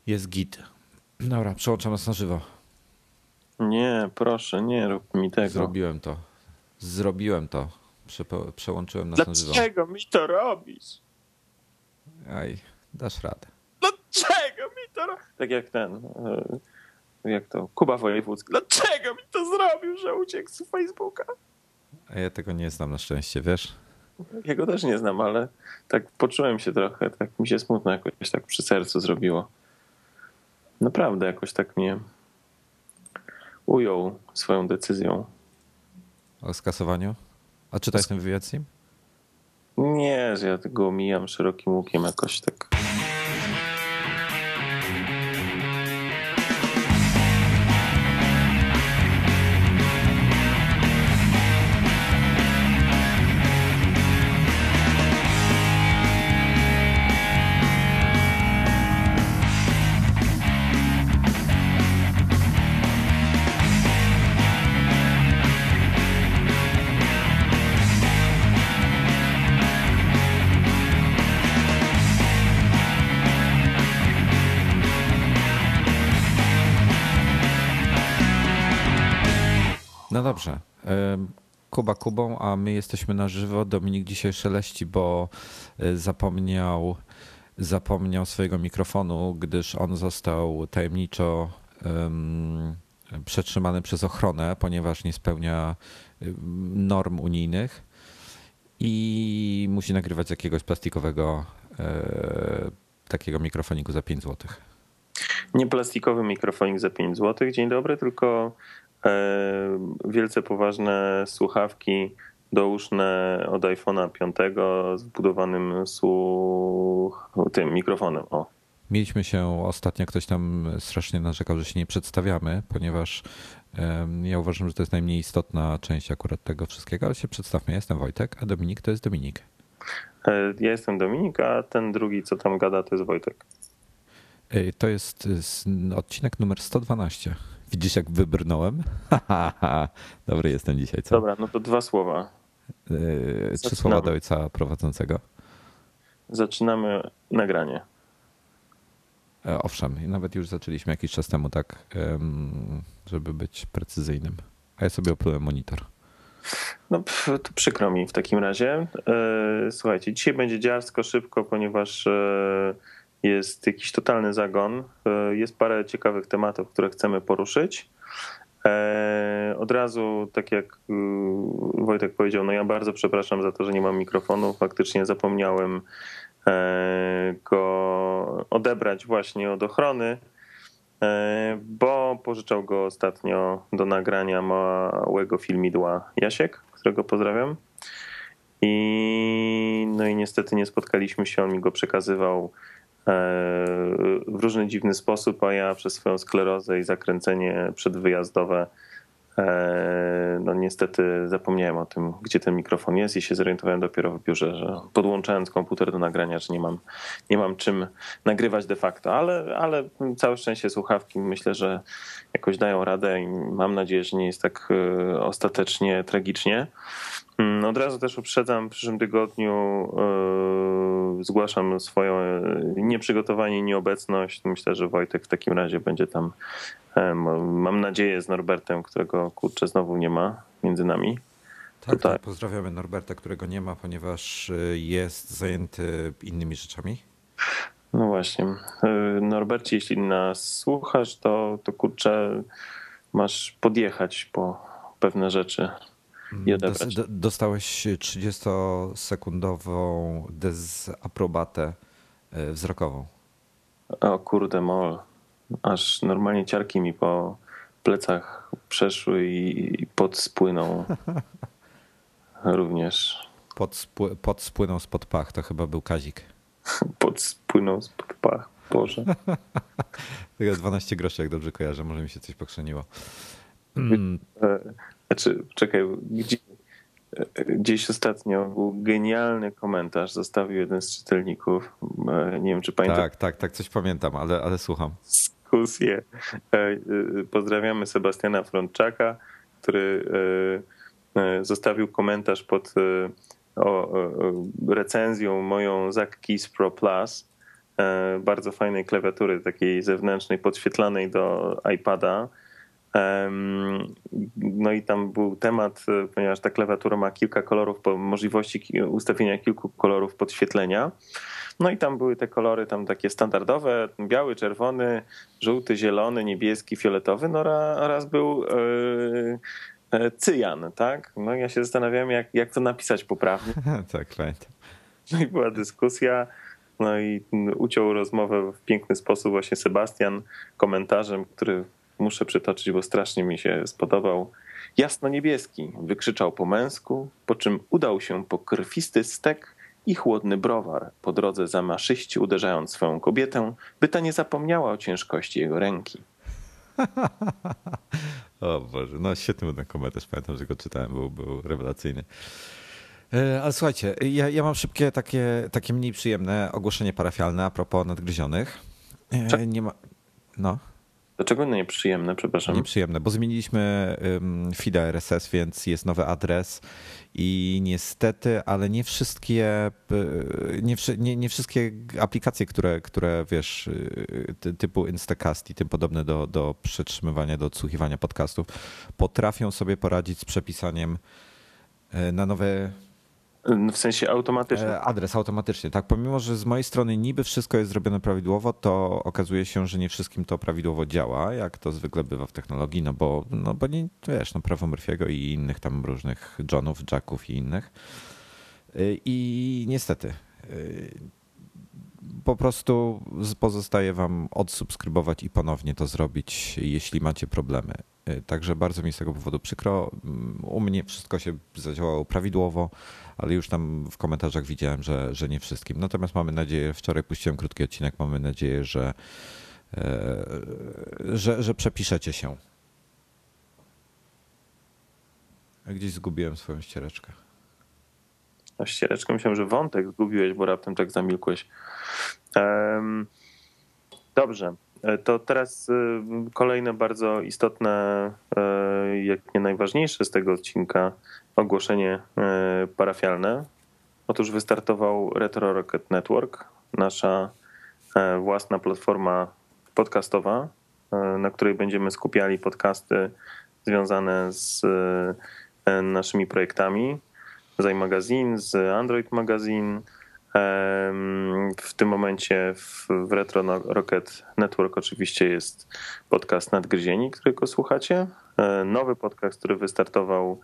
Jest git. Dobra, przełączam nas na żywo. Nie, proszę, nie rób mi tego. Zrobiłem to. Zrobiłem to. Przełączyłem nas na żywo. Dlaczego mi to robisz? Aj, dasz radę. Dlaczego mi to robisz? Tak jak jak to, Kuba Wojewódzki. Dlaczego mi to zrobił, że uciekł z Facebooka? A ja tego nie znam na szczęście, wiesz? Ja go też nie znam, ale tak poczułem się trochę, tak mi się smutno jakoś tak przy sercu zrobiło. Naprawdę jakoś tak mnie ujął swoją decyzją. O skasowaniu? A czytałeś ten wywiad z nim? Nie, że ja tego omijam szerokim łukiem jakoś tak. No dobrze. Kuba Kubą, a my jesteśmy na żywo. Dominik dzisiaj szeleści, bo zapomniał swojego mikrofonu, gdyż on został tajemniczo przetrzymany przez ochronę, ponieważ nie spełnia norm unijnych i musi nagrywać z jakiegoś plastikowego takiego mikrofoniku za 5 zł. Nie plastikowy mikrofonik za 5 zł, dzień dobry, tylko wielce poważne słuchawki douszne od iPhone'a 5 z wbudowanym tym mikrofonem. O. Mieliśmy się ostatnio, ktoś tam strasznie narzekał, że się nie przedstawiamy, ponieważ ja uważam, że to jest najmniej istotna część akurat tego wszystkiego, ale się przedstawmy. Ja jestem Wojtek, a Dominik to jest Dominik. Ja jestem Dominik, a ten drugi, co tam gada, to jest Wojtek. To jest odcinek numer 112. Widzisz, jak wybrnąłem? Dobry jestem dzisiaj, co? Dobra, no to 2 słowa. 3 słowa do ojca prowadzącego. Zaczynamy nagranie. Owszem, i nawet już zaczęliśmy jakiś czas temu tak, żeby być precyzyjnym. A ja sobie oplułem monitor. No to przykro mi w takim razie. Słuchajcie, dzisiaj będzie dziarsko, szybko, ponieważ jest jakiś totalny zagon. Jest parę ciekawych tematów, które chcemy poruszyć. Od razu, tak jak Wojtek powiedział, no ja bardzo przepraszam za to, że nie mam mikrofonu. Faktycznie zapomniałem go odebrać właśnie od ochrony, bo pożyczał go ostatnio do nagrania małego filmidła Jasiek, którego pozdrawiam. No i niestety nie spotkaliśmy się, on mi go przekazywał w różny dziwny sposób, a ja przez swoją sklerozę i zakręcenie przedwyjazdowe no niestety zapomniałem o tym, gdzie ten mikrofon jest i się zorientowałem dopiero w biurze, że podłączając komputer do nagrania, że nie mam czym nagrywać de facto, ale całe szczęście słuchawki myślę, że jakoś dają radę i mam nadzieję, że nie jest tak ostatecznie tragicznie. Od razu też uprzedzam, w przyszłym tygodniu zgłaszam swoją nieprzygotowanie, nieobecność. Myślę, że Wojtek w takim razie będzie tam, mam nadzieję, z Norbertem, którego kurczę znowu nie ma między nami. Tak, tak, pozdrawiamy Norberta, którego nie ma, ponieważ jest zajęty innymi rzeczami. No właśnie. Norbercie, jeśli nas słuchasz, to kurczę masz podjechać po pewne rzeczy. Dostałeś 30-sekundową dezaprobatę wzrokową. O kurde mol. Aż normalnie ciarki mi po plecach przeszły i pot spłynął również. Pot spłynął spod pach, to chyba był Kazik. Pot spłynął spod pach, Boże. Tylko 12 groszy, jak dobrze kojarzę, może mi się coś pokrzeniło. Znaczy, czekaj, gdzieś ostatnio był genialny komentarz, zostawił jeden z czytelników. Nie wiem, czy pamiętam. Tak, coś pamiętam, ale słucham. Dyskusję. Pozdrawiamy Sebastiana Frączaka, który zostawił komentarz pod recenzją moją Zack Keys Pro Plus bardzo fajnej klawiatury, takiej zewnętrznej, podświetlanej do iPada. No i tam był temat, ponieważ ta klawiatura ma kilka kolorów, możliwości ustawienia kilku kolorów podświetlenia. No i tam były te kolory tam takie standardowe, biały, czerwony, żółty, zielony, niebieski, fioletowy, no oraz był cyjan, tak? No ja się zastanawiałem, jak to napisać poprawnie. Tak, pamiętam. No i była dyskusja, no i uciął rozmowę w piękny sposób właśnie Sebastian komentarzem, który muszę przytoczyć, bo strasznie mi się spodobał. Jasno-niebieski, wykrzyczał po męsku, po czym udał się po krwisty stek i chłodny browar, po drodze zamaszyści uderzając swoją kobietę, by ta nie zapomniała o ciężkości jego ręki. O Boże, no świetny ten komentarz, pamiętam, że go czytałem, był rewelacyjny. Ale słuchajcie, ja mam szybkie, takie mniej przyjemne ogłoszenie parafialne a propos nadgryzionych. Nie ma... No. Dlaczego nieprzyjemne, przepraszam? Nieprzyjemne, bo zmieniliśmy feeda RSS, więc jest nowy adres i niestety, ale nie wszystkie aplikacje, które wiesz, typu Instacast i tym podobne do przetrzymywania, do odsłuchiwania podcastów, potrafią sobie poradzić z przepisaniem na nowe... W sensie automatycznie. Adres automatycznie, tak. Pomimo, że z mojej strony niby wszystko jest zrobione prawidłowo, to okazuje się, że nie wszystkim to prawidłowo działa, jak to zwykle bywa w technologii, no bo nie, wiesz, no prawo Murphy'ego i innych tam różnych Johnów, Jacków i innych. I niestety po prostu pozostaje wam odsubskrybować i ponownie to zrobić, jeśli macie problemy. Także bardzo mi z tego powodu przykro. U mnie wszystko się zadziałało prawidłowo, ale już tam w komentarzach widziałem, że nie wszystkim. Natomiast mamy nadzieję, wczoraj puściłem krótki odcinek, mamy nadzieję, że przepiszecie się. Gdzieś zgubiłem swoją ściereczkę. A ściereczkę myślałem, że wątek zgubiłeś, bo raptem tak zamilkłeś. Dobrze. To teraz kolejne bardzo istotne, jak nie najważniejsze z tego odcinka ogłoszenie parafialne. Otóż wystartował Retro Rocket Network, nasza własna platforma podcastowa, na której będziemy skupiali podcasty związane z naszymi projektami. z iMagazine, z Android Magazine. W tym momencie w Retro Rocket Network oczywiście jest podcast Nadgryzieni, którego słuchacie. Nowy podcast, który wystartował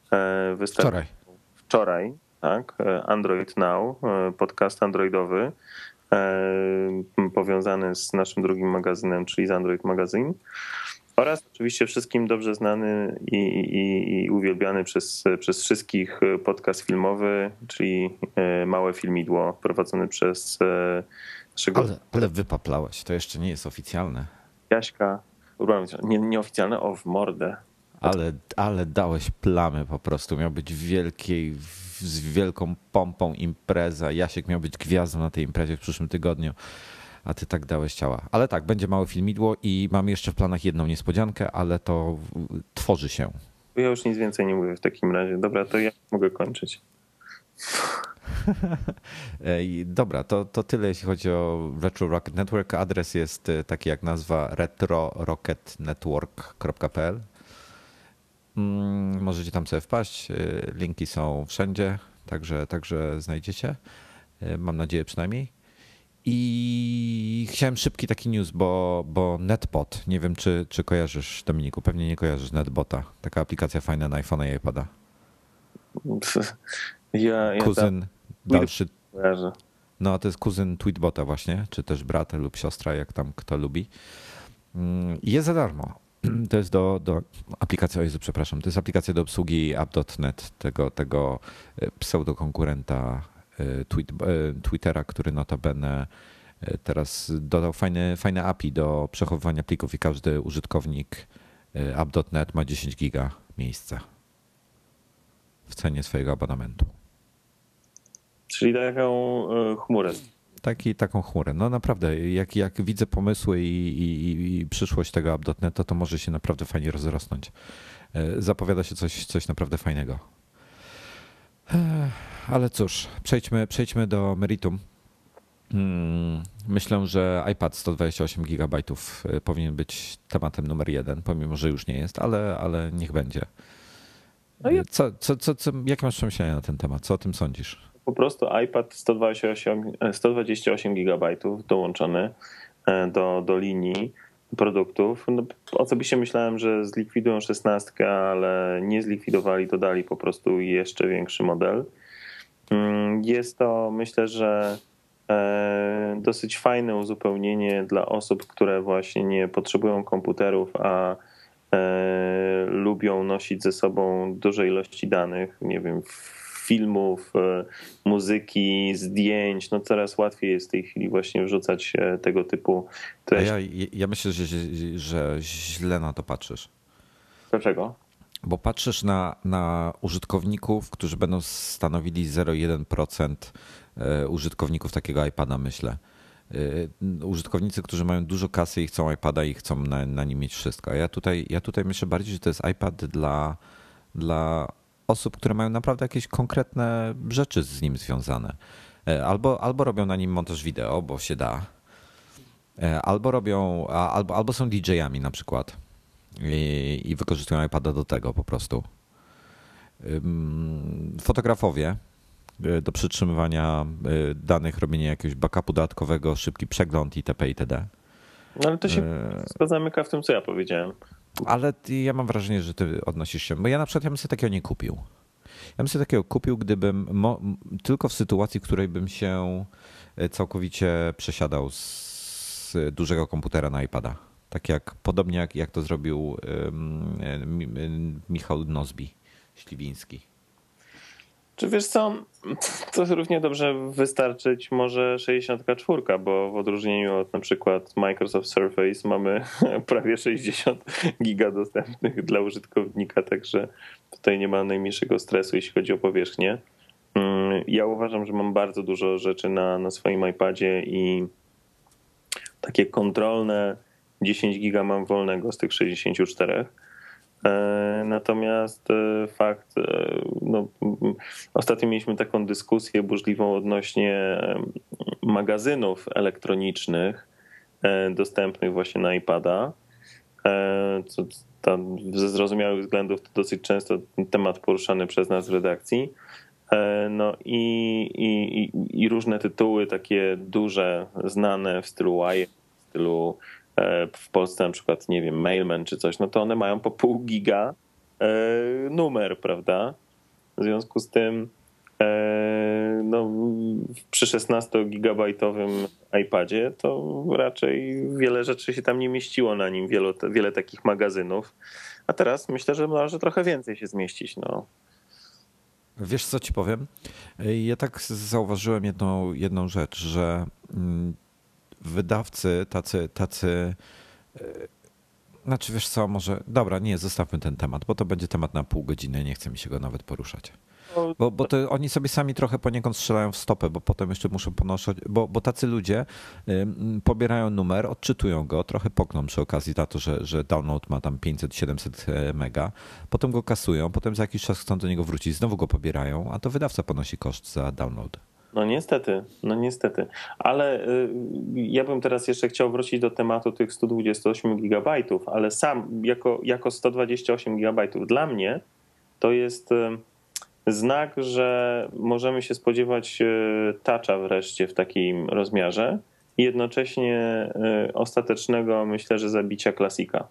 wczoraj, tak, Android Now, podcast androidowy powiązany z naszym drugim magazynem, czyli z Android Magazine. Oraz oczywiście wszystkim dobrze znany i uwielbiany przez wszystkich podcast filmowy, czyli Małe Filmidło, prowadzony przez naszego... Ale wypaplałeś, to jeszcze nie jest oficjalne. Jaśka, nieoficjalne, w mordę. Ale dałeś plamy po prostu, miał być z wielką pompą impreza, Jasiek miał być gwiazdą na tej imprezie w przyszłym tygodniu. A ty tak dałeś ciała. Ale tak, będzie Małe Filmidło i mam jeszcze w planach jedną niespodziankę, ale to tworzy się. Ja już nic więcej nie mówię w takim razie. Dobra, to ja mogę kończyć. Dobra, to tyle jeśli chodzi o Retro Rocket Network. Adres jest taki jak nazwa retrorocketnetwork.pl. Możecie tam sobie wpaść. Linki są wszędzie, także znajdziecie. Mam nadzieję przynajmniej. I chciałem szybki taki news, bo NetBot, nie wiem czy kojarzysz, Dominiku, pewnie nie kojarzysz NetBota. Taka aplikacja fajna na iPhone'a i iPada. Kuzyn dalszy. No a to jest kuzyn Tweetbota właśnie, czy też brat lub siostra, jak tam kto lubi. Jest za darmo. To jest do aplikacji, to jest aplikacja do obsługi app.net, tego pseudokonkurenta Twittera, który notabene teraz dodał fajne API do przechowywania plików i każdy użytkownik app.net ma 10 giga miejsca w cenie swojego abonamentu. Czyli taką chmurę. Taką chmurę. No naprawdę, jak widzę pomysły i przyszłość tego app.net, to może się naprawdę fajnie rozrosnąć. Zapowiada się coś naprawdę fajnego. Ale cóż, przejdźmy do meritum. Myślę, że iPad 128 GB powinien być tematem numer jeden, pomimo że już nie jest, ale niech będzie. No i Jakie masz przemyślenia na ten temat? Co o tym sądzisz? po prostu iPad 128 gigabajtów dołączony do linii produktów. No, osobiście myślałem, że zlikwidują 16, ale nie zlikwidowali, dodali po prostu jeszcze większy model. Jest to, myślę, że dosyć fajne uzupełnienie dla osób, które właśnie nie potrzebują komputerów, a lubią nosić ze sobą duże ilości danych, nie wiem, filmów, muzyki, zdjęć. No coraz łatwiej jest w tej chwili właśnie wrzucać tego typu treści. Ja myślę, że źle na to patrzysz. Dlaczego? Bo patrzysz na użytkowników, którzy będą stanowili 0,1% użytkowników takiego iPada, myślę. Użytkownicy, którzy mają dużo kasy i chcą iPada i chcą na nim mieć wszystko. Ja tutaj myślę bardziej, że to jest iPad dla osób, które mają naprawdę jakieś konkretne rzeczy z nim związane. Albo robią na nim montaż wideo, bo się da. Albo są DJ-ami na przykład i wykorzystują iPada do tego po prostu. Fotografowie do przytrzymywania danych, robienie jakiegoś backupu dodatkowego, szybki przegląd itp. itd. No ale to się zamyka w tym, co ja powiedziałem. Ale ja mam wrażenie, że ty odnosisz się, bo ja na przykład bym sobie takiego nie kupił. Ja bym sobie takiego kupił, gdybym tylko w sytuacji, w której bym się całkowicie przesiadał z dużego komputera na iPada. Tak podobnie jak to zrobił Michał Nozbi, Śliwiński. Czy wiesz co, to równie dobrze wystarczyć może 64, bo w odróżnieniu od na przykład Microsoft Surface mamy prawie 60 giga dostępnych dla użytkownika, także tutaj nie ma najmniejszego stresu, jeśli chodzi o powierzchnię. Ja uważam, że mam bardzo dużo rzeczy na swoim iPadzie i takie kontrolne 10 giga mam wolnego z tych 64. Natomiast fakt, no, ostatnio mieliśmy taką dyskusję burzliwą odnośnie magazynów elektronicznych dostępnych właśnie na iPada. Co tam ze zrozumiałych względów to dosyć często temat poruszany przez nas w redakcji. No i różne tytuły takie duże, znane w stylu Wire, w stylu w Polsce na przykład, nie wiem, Mailman czy coś, no to one mają po pół giga numer, prawda? W związku z tym no, przy 16-gigabajtowym iPadzie to raczej wiele rzeczy się tam nie mieściło na nim, wiele takich magazynów, a teraz myślę, że może trochę więcej się zmieścić. No. Wiesz co ci powiem? Ja tak zauważyłem jedną rzecz, że wydawcy tacy znaczy wiesz co, może dobra, nie, zostawmy ten temat, bo to będzie temat na pół godziny, nie chce mi się go nawet poruszać. Bo to oni sobie sami trochę poniekąd strzelają w stopę, bo potem jeszcze muszą ponoszać, bo tacy ludzie pobierają numer, odczytują go, trochę pokną przy okazji za to, że download ma tam 500-700 mega, potem go kasują, potem za jakiś czas chcą do niego wrócić, znowu go pobierają, a to wydawca ponosi koszt za download. No niestety. Ale ja bym teraz jeszcze chciał wrócić do tematu tych 128 gigabajtów, ale sam jako 128 gigabajtów dla mnie to jest znak, że możemy się spodziewać toucha wreszcie w takim rozmiarze i jednocześnie ostatecznego, myślę, że zabicia klasika.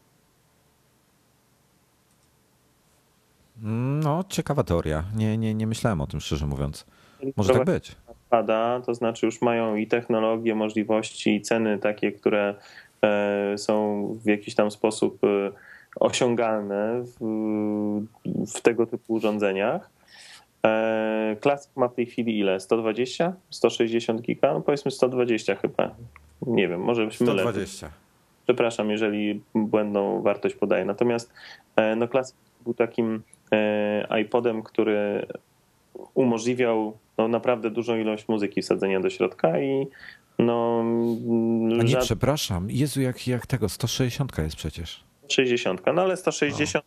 No, ciekawa teoria. Nie myślałem o tym, szczerze mówiąc. Może tak być. Pada, to znaczy już mają i technologie, możliwości, i ceny takie, które są w jakiś tam sposób osiągalne w tego typu urządzeniach. Classic ma w tej chwili ile? 120? 160 giga? No powiedzmy 120 chyba. Nie wiem, może byśmy 120. Przepraszam, jeżeli błędną wartość podaję. Natomiast no Classic był takim iPodem, który umożliwiał no, naprawdę dużą ilość muzyki wsadzenia do środka i no... A nie, przepraszam. Jezu, jak tego, 160 jest przecież. 60, no ale 160,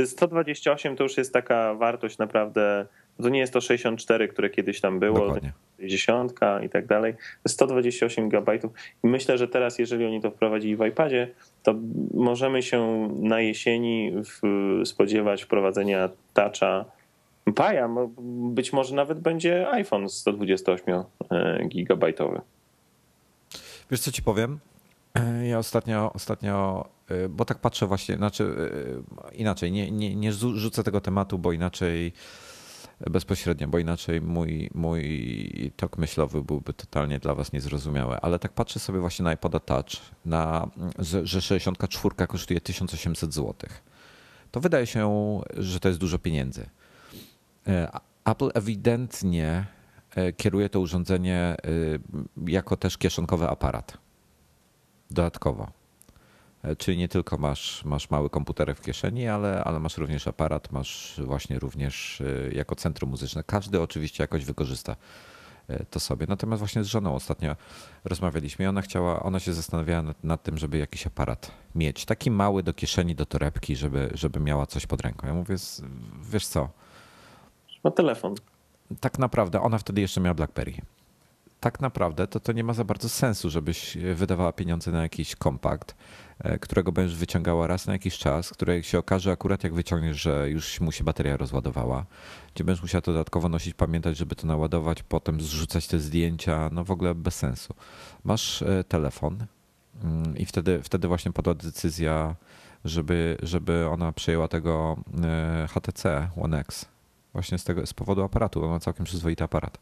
128 to już jest taka wartość naprawdę, to nie jest to 64, które kiedyś tam było. Dokładnie. 60 i tak dalej. 128 gigabajtów. I myślę, że teraz, jeżeli oni to wprowadzili w iPadzie, to możemy się na jesieni spodziewać wprowadzenia Toucha Paja. Być może nawet będzie iPhone 128 gigabajtowy. Wiesz, co ci powiem? Ja ostatnio, bo tak patrzę właśnie, inaczej, nie rzucę tego tematu, bo inaczej bezpośrednio, bo inaczej mój tok myślowy byłby totalnie dla was niezrozumiały, ale tak patrzę sobie właśnie na iPoda Touch, że 64 kosztuje 1800 zł. To wydaje się, że to jest dużo pieniędzy. Apple ewidentnie kieruje to urządzenie jako też kieszonkowy aparat. Dodatkowo. Czyli nie tylko masz mały komputerek w kieszeni, ale masz również aparat, masz właśnie również jako centrum muzyczne. Każdy oczywiście jakoś wykorzysta to sobie. Natomiast właśnie z żoną ostatnio rozmawialiśmy i ona się zastanawiała nad tym, żeby jakiś aparat mieć. Taki mały do kieszeni, do torebki, żeby miała coś pod ręką. Ja mówię, wiesz co? Ma telefon. Tak naprawdę, ona wtedy jeszcze miała BlackBerry. Tak naprawdę to nie ma za bardzo sensu, żebyś wydawała pieniądze na jakiś kompakt, którego będziesz wyciągała raz na jakiś czas, który się okaże akurat jak wyciągniesz, że już mu się bateria rozładowała, gdzie będziesz musiała to dodatkowo nosić, pamiętać, żeby to naładować, potem zrzucać te zdjęcia, no w ogóle bez sensu. Masz telefon i wtedy właśnie padła decyzja, żeby ona przejęła tego HTC One X. Właśnie z powodu aparatu, ona ma całkiem przyzwoity aparat.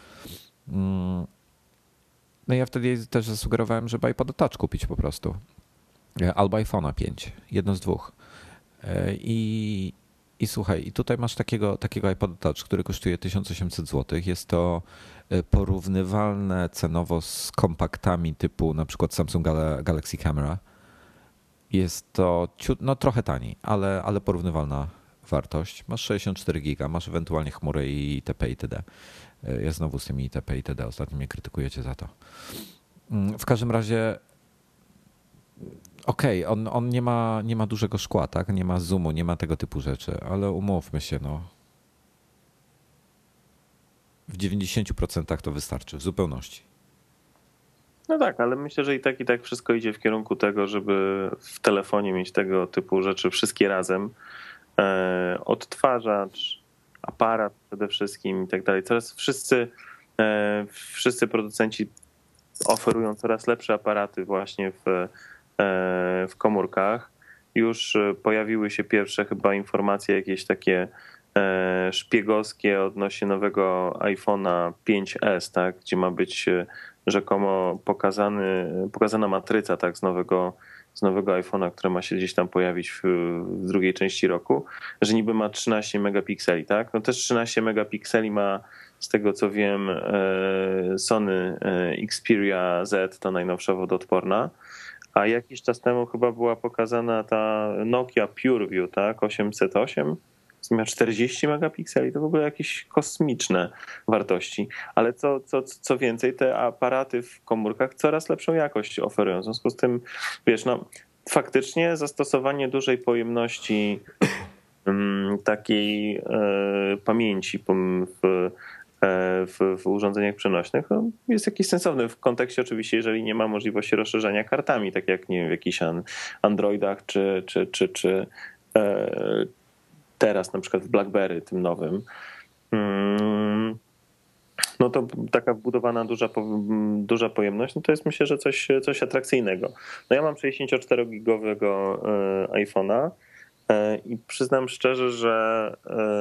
No ja wtedy jej też zasugerowałem, żeby iPoda Touch kupić po prostu. Albo iPhone'a 5. Jedno z dwóch. I słuchaj, i tutaj masz takiego iPoda Touch, który kosztuje 1800 zł. Jest to porównywalne cenowo z kompaktami typu na przykład Samsung Galaxy Camera. Jest to trochę taniej, ale porównywalna wartość. Masz 64 giga, masz ewentualnie chmurę i itp. itd. Ja znowu z tymi itp. itd. Ostatnio mnie krytykujecie za to. W każdym razie okej, on nie ma dużego szkła, tak? Nie ma zoomu, nie ma tego typu rzeczy, ale umówmy się, no. W 90% to wystarczy, w zupełności. No tak, ale myślę, że i tak wszystko idzie w kierunku tego, żeby w telefonie mieć tego typu rzeczy wszystkie razem. Odtwarzacz, aparat przede wszystkim i tak dalej. Teraz wszyscy producenci oferują coraz lepsze aparaty właśnie w komórkach. Już pojawiły się pierwsze chyba informacje jakieś takie szpiegowskie odnośnie nowego iPhone'a 5S, tak, gdzie ma być rzekomo pokazana matryca tak, z nowego iPhone'a, która ma się gdzieś tam pojawić w drugiej części roku, że niby ma 13 megapikseli, tak? No też 13 megapikseli ma, z tego co wiem, Sony Xperia Z, ta najnowsza wodoodporna, a jakiś czas temu chyba była pokazana ta Nokia PureView, tak? 808, miała 40 megapikseli, to w ogóle jakieś kosmiczne wartości. Ale co więcej, te aparaty w komórkach coraz lepszą jakość oferują. W związku z tym, wiesz, no faktycznie zastosowanie dużej pojemności takiej pamięci w urządzeniach przenośnych jest jakiś sensowny w kontekście oczywiście, jeżeli nie ma możliwości rozszerzania kartami, tak jak nie wiem, w jakichś Androidach czy teraz na przykład w BlackBerry tym nowym, no to taka wbudowana duża pojemność, no to jest myślę, że coś atrakcyjnego. No ja mam 64-gigowego iPhone'a i przyznam szczerze, że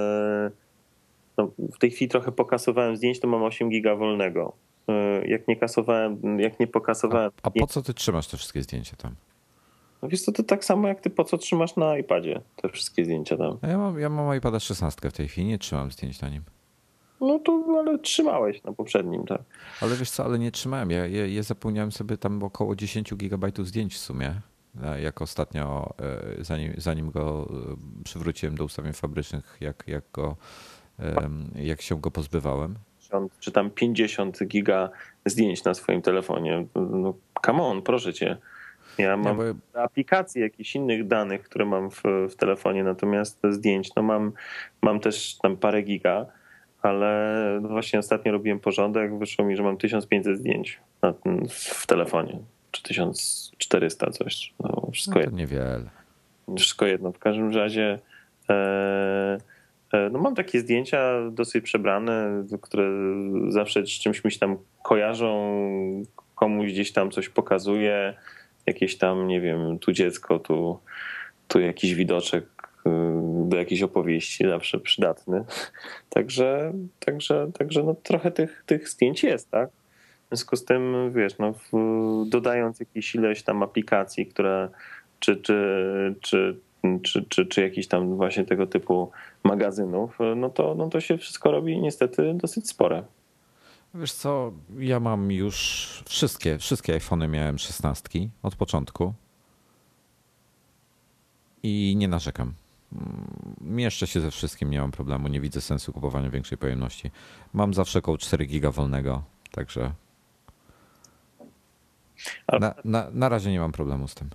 no w tej chwili trochę pokasowałem zdjęć, to mam 8 giga wolnego. Jak nie pokasowałem... A po co ty trzymasz te wszystkie zdjęcia tam? No wiesz co, to tak samo jak ty po co trzymasz na iPadzie te wszystkie zdjęcia tam. Ja mam iPada 16 w tej chwili, nie trzymam zdjęć na nim. No to ale trzymałeś na poprzednim, tak. Ale wiesz co, ale nie trzymałem. Ja zapełniałem sobie tam około 10 gigabajtów zdjęć w sumie. Jak ostatnio, zanim go przywróciłem do ustawień fabrycznych, jak się go pozbywałem. Czy tam 50 giga zdjęć na swoim telefonie. No come on, proszę cię. Ja mam aplikacje jakichś innych danych, które mam w telefonie, natomiast zdjęć, no mam też tam parę giga. ale no właśnie ostatnio robiłem porządek, wyszło mi, że mam 1500 zdjęć w telefonie, czy 1400 coś. No, No wszystko to niewiele. Wszystko jedno. W każdym razie no mam takie zdjęcia dosyć przebrane, które zawsze z czymś mi się tam kojarzą, komuś gdzieś tam coś pokazuje, jakieś tam, nie wiem, tu dziecko, tu jakiś widoczek do jakiejś opowieści zawsze przydatny. Także no trochę tych zdjęć jest, tak? W związku z tym, wiesz, no, dodając jakieś ileś tam aplikacji, które czy jakiś tam właśnie tego typu magazynów, no to się wszystko robi niestety dosyć spore. Wiesz co, ja mam już wszystkie iPhony miałem 16 od początku i nie narzekam. Mieszczę się ze wszystkim, nie mam problemu, nie widzę sensu kupowania większej pojemności. Mam zawsze około 4 giga wolnego, także na razie nie mam problemu z tym.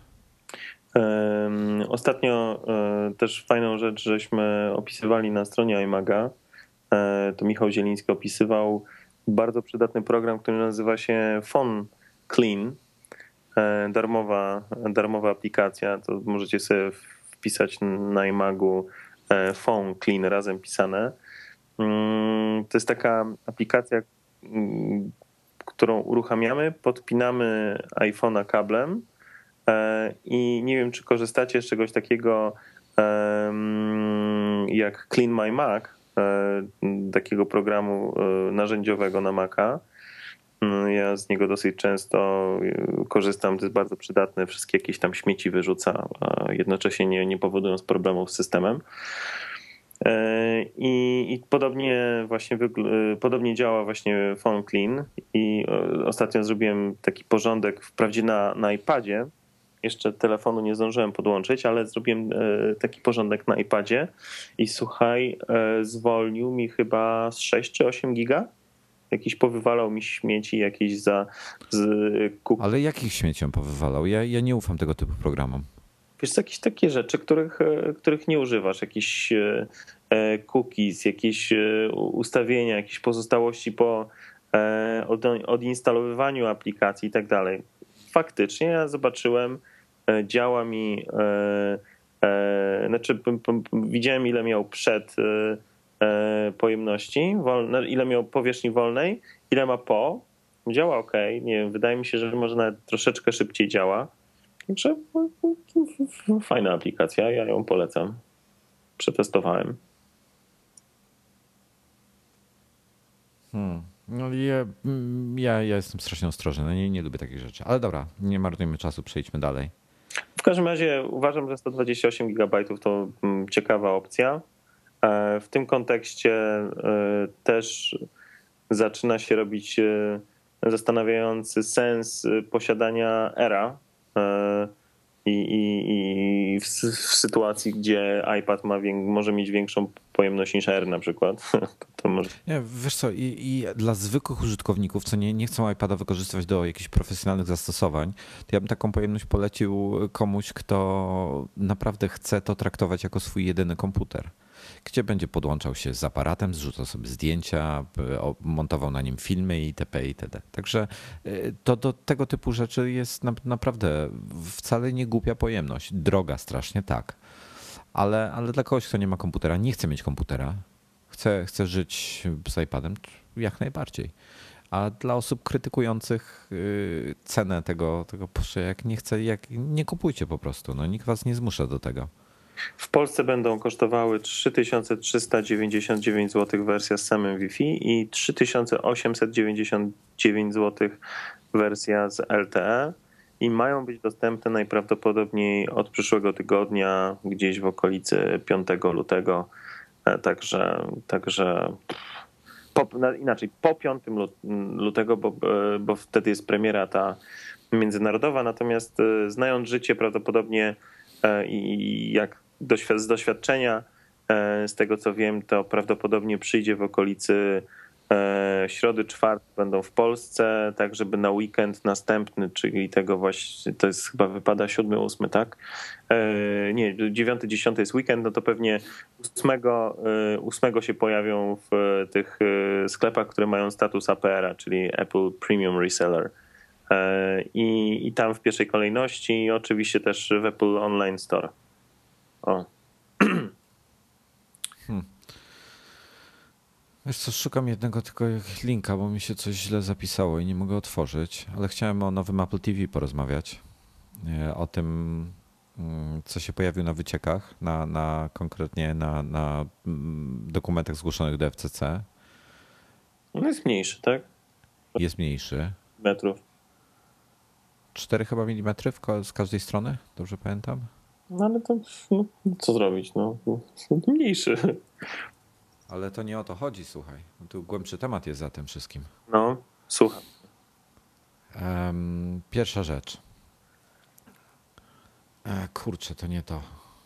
Ostatnio też fajną rzecz, żeśmy opisywali na stronie iMaga. To Michał Zieliński opisywał bardzo przydatny program, który nazywa się Phone Clean. Darmowa aplikacja, to możecie sobie wpisać na iMagu Phone Clean razem pisane. To jest taka aplikacja, którą uruchamiamy, podpinamy iPhone'a kablem i nie wiem, czy korzystacie z czegoś takiego jak Clean My Mac, takiego programu narzędziowego na Maca. Ja z niego dosyć często korzystam, to jest bardzo przydatne, wszystkie jakieś tam śmieci wyrzuca, a jednocześnie nie powodując problemów z systemem. I podobnie działa właśnie Phone Clean i ostatnio zrobiłem taki porządek, wprawdzie na iPadzie, jeszcze telefonu nie zdążyłem podłączyć, ale zrobiłem taki porządek na iPadzie i słuchaj, zwolnił mi chyba z 6 czy 8 giga. Jakiś powywalał mi śmieci jakieś Ale jakich śmieci on powywalał? Ja nie ufam tego typu programom. Wiesz, jakieś takie rzeczy, których nie używasz, jakieś cookies, jakieś ustawienia, jakieś pozostałości po odinstalowywaniu aplikacji i tak dalej. Faktycznie ja zobaczyłem, działa mi, znaczy widziałem, ile miał przed pojemności, ile miał powierzchni wolnej, ile ma po. Działa ok, nie wiem, wydaje mi się, że może nawet troszeczkę szybciej działa. Także fajna aplikacja, ja ją polecam. Przetestowałem. No ja jestem strasznie ostrożny, no nie lubię takich rzeczy. Ale dobra, nie marnujmy czasu, przejdźmy dalej. W każdym razie uważam, że 128 GB to ciekawa opcja. W tym kontekście też zaczyna się robić zastanawiający sens posiadania Aira i w sytuacji, gdzie iPad może mieć większą pojemność niż Air na przykład. To może... Nie, wiesz co, i dla zwykłych użytkowników, co nie chcą iPada wykorzystywać do jakichś profesjonalnych zastosowań, to ja bym taką pojemność polecił komuś, kto naprawdę chce to traktować jako swój jedyny komputer, gdzie będzie podłączał się z aparatem, zrzucał sobie zdjęcia, montował na nim filmy itp. itd. Także to do tego typu rzeczy jest naprawdę wcale nie głupia pojemność. Droga strasznie, tak. Ale dla kogoś, kto nie ma komputera, nie chce mieć komputera, chce żyć z iPadem, jak najbardziej. A dla osób krytykujących cenę tego jak nie kupujcie po prostu. No, nikt was nie zmusza do tego. W Polsce będą kosztowały 3399 zł wersja z samym Wi-Fi i 3899 zł wersja z LTE i mają być dostępne najprawdopodobniej od przyszłego tygodnia, gdzieś w okolicy 5 lutego. Także po 5 lutego, bo wtedy jest premiera ta międzynarodowa, natomiast znając życie prawdopodobnie i jak z doświadczenia, z tego co wiem, to prawdopodobnie przyjdzie w okolicy Środy, czwartek będą w Polsce, tak żeby na weekend następny, czyli tego właśnie, to jest chyba wypada 7, 8, tak? Nie, 9, 10 jest weekend, no to pewnie 8 się pojawią w tych sklepach, które mają status APR-a, czyli Apple Premium Reseller. I tam w pierwszej kolejności, i oczywiście też w Apple Online Store. O. Wiesz co, szukam jednego tylko linka, bo mi się coś źle zapisało i nie mogę otworzyć, ale chciałem o nowym Apple TV porozmawiać. O tym, co się pojawił na wyciekach, konkretnie na dokumentach zgłoszonych do FCC. On jest mniejszy, tak? Jest mniejszy. Metrów. 4 chyba milimetry z każdej strony, dobrze pamiętam? No ale to co zrobić? No, mniejszy. Ale to nie o to chodzi, słuchaj. Tu głębszy temat jest za tym wszystkim. No, słucham. Pierwsza rzecz. Kurczę, to nie to.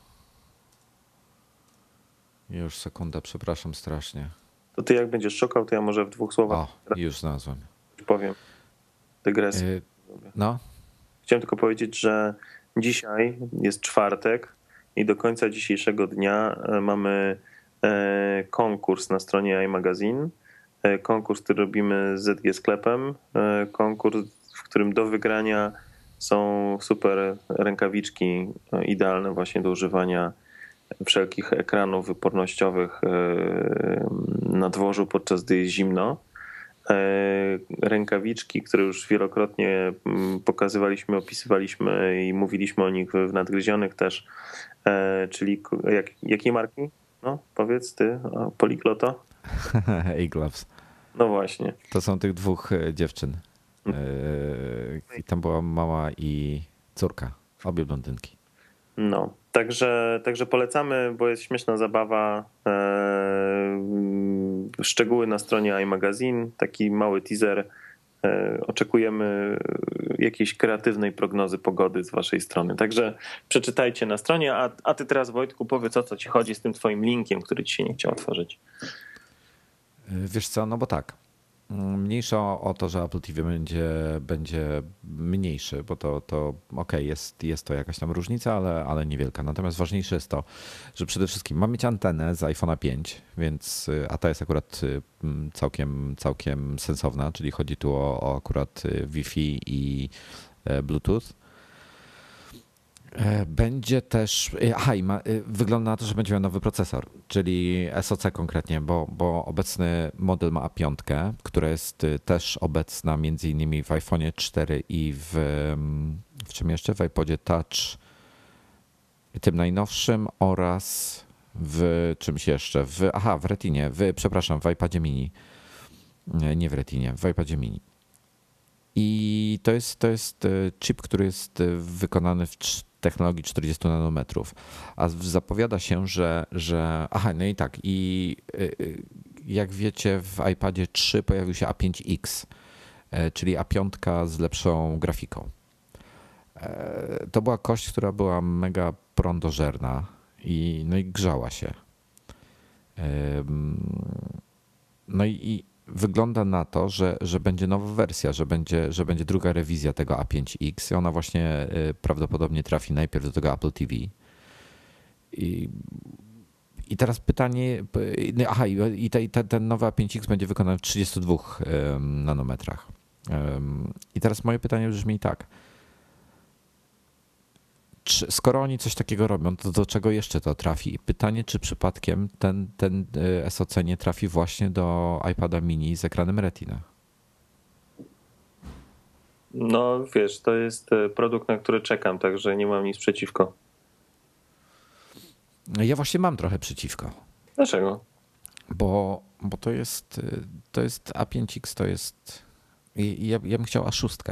Już sekunda, przepraszam strasznie. To ty jak będziesz szukał, to ja może w 2 słowach O, już znalazłem. powiem. Dygresję. No. Chciałem tylko powiedzieć, że dzisiaj jest czwartek i do końca dzisiejszego dnia mamy konkurs na stronie iMagazine. Konkurs, który robimy z ZG Sklepem. Konkurs, w którym do wygrania są super rękawiczki idealne właśnie do używania wszelkich ekranów wypornościowych na dworzu, podczas gdy jest zimno. Rękawiczki, które już wielokrotnie pokazywaliśmy, opisywaliśmy i mówiliśmy o nich w Nadgryzionych też, czyli jakiej marki? No, powiedz ty, Poligloto? A-Gloves. No właśnie. To są tych 2 dziewczyn. I tam była mama i córka, obie blondynki. No, także polecamy, bo jest śmieszna zabawa. Szczegóły na stronie iMagazine, taki mały teaser. Oczekujemy jakiejś kreatywnej prognozy pogody z waszej strony. Także przeczytajcie na stronie, a ty teraz, Wojtku, powiedz, o co ci chodzi z tym twoim linkiem, który ci się nie chciał otworzyć. Wiesz co, no bo tak. Mniejsza o to, że Apple TV będzie mniejszy, bo to okej, jest to jakaś tam różnica, ale niewielka. Natomiast ważniejsze jest to, że przede wszystkim ma mieć antenę z iPhone'a 5, więc, a ta jest akurat całkiem sensowna, czyli chodzi tu o akurat Wi-Fi i Bluetooth. Będzie też, wygląda na to, że będzie miał nowy procesor, czyli SoC konkretnie, bo obecny model ma A5, która jest też obecna między innymi w iPhone'ie 4 i w czym jeszcze? W iPodzie Touch, tym najnowszym, oraz w czymś jeszcze, w Retinie, w iPadzie mini, nie w Retinie, w iPadzie mini. I to jest chip, który jest wykonany w technologii 40 nanometrów. A zapowiada się, że no i tak, i jak wiecie, w iPadzie 3 pojawił się A5X, czyli A5 z lepszą grafiką. To była kość, która była mega prądożerna i grzała się. No i wygląda na to, że będzie nowa wersja, że będzie druga rewizja tego A5X i ona właśnie prawdopodobnie trafi najpierw do tego Apple TV. I teraz pytanie, i ten nowy A5X będzie wykonany w 32 nanometrach. I teraz moje pytanie brzmi tak. Skoro oni coś takiego robią, to do czego jeszcze to trafi? Pytanie, czy przypadkiem ten SoC nie trafi właśnie do iPada mini z ekranem Retina? No wiesz, to jest produkt, na który czekam, także nie mam nic przeciwko. Ja właśnie mam trochę przeciwko. Dlaczego? Bo to jest A5X, to jest... Ja bym chciał A6.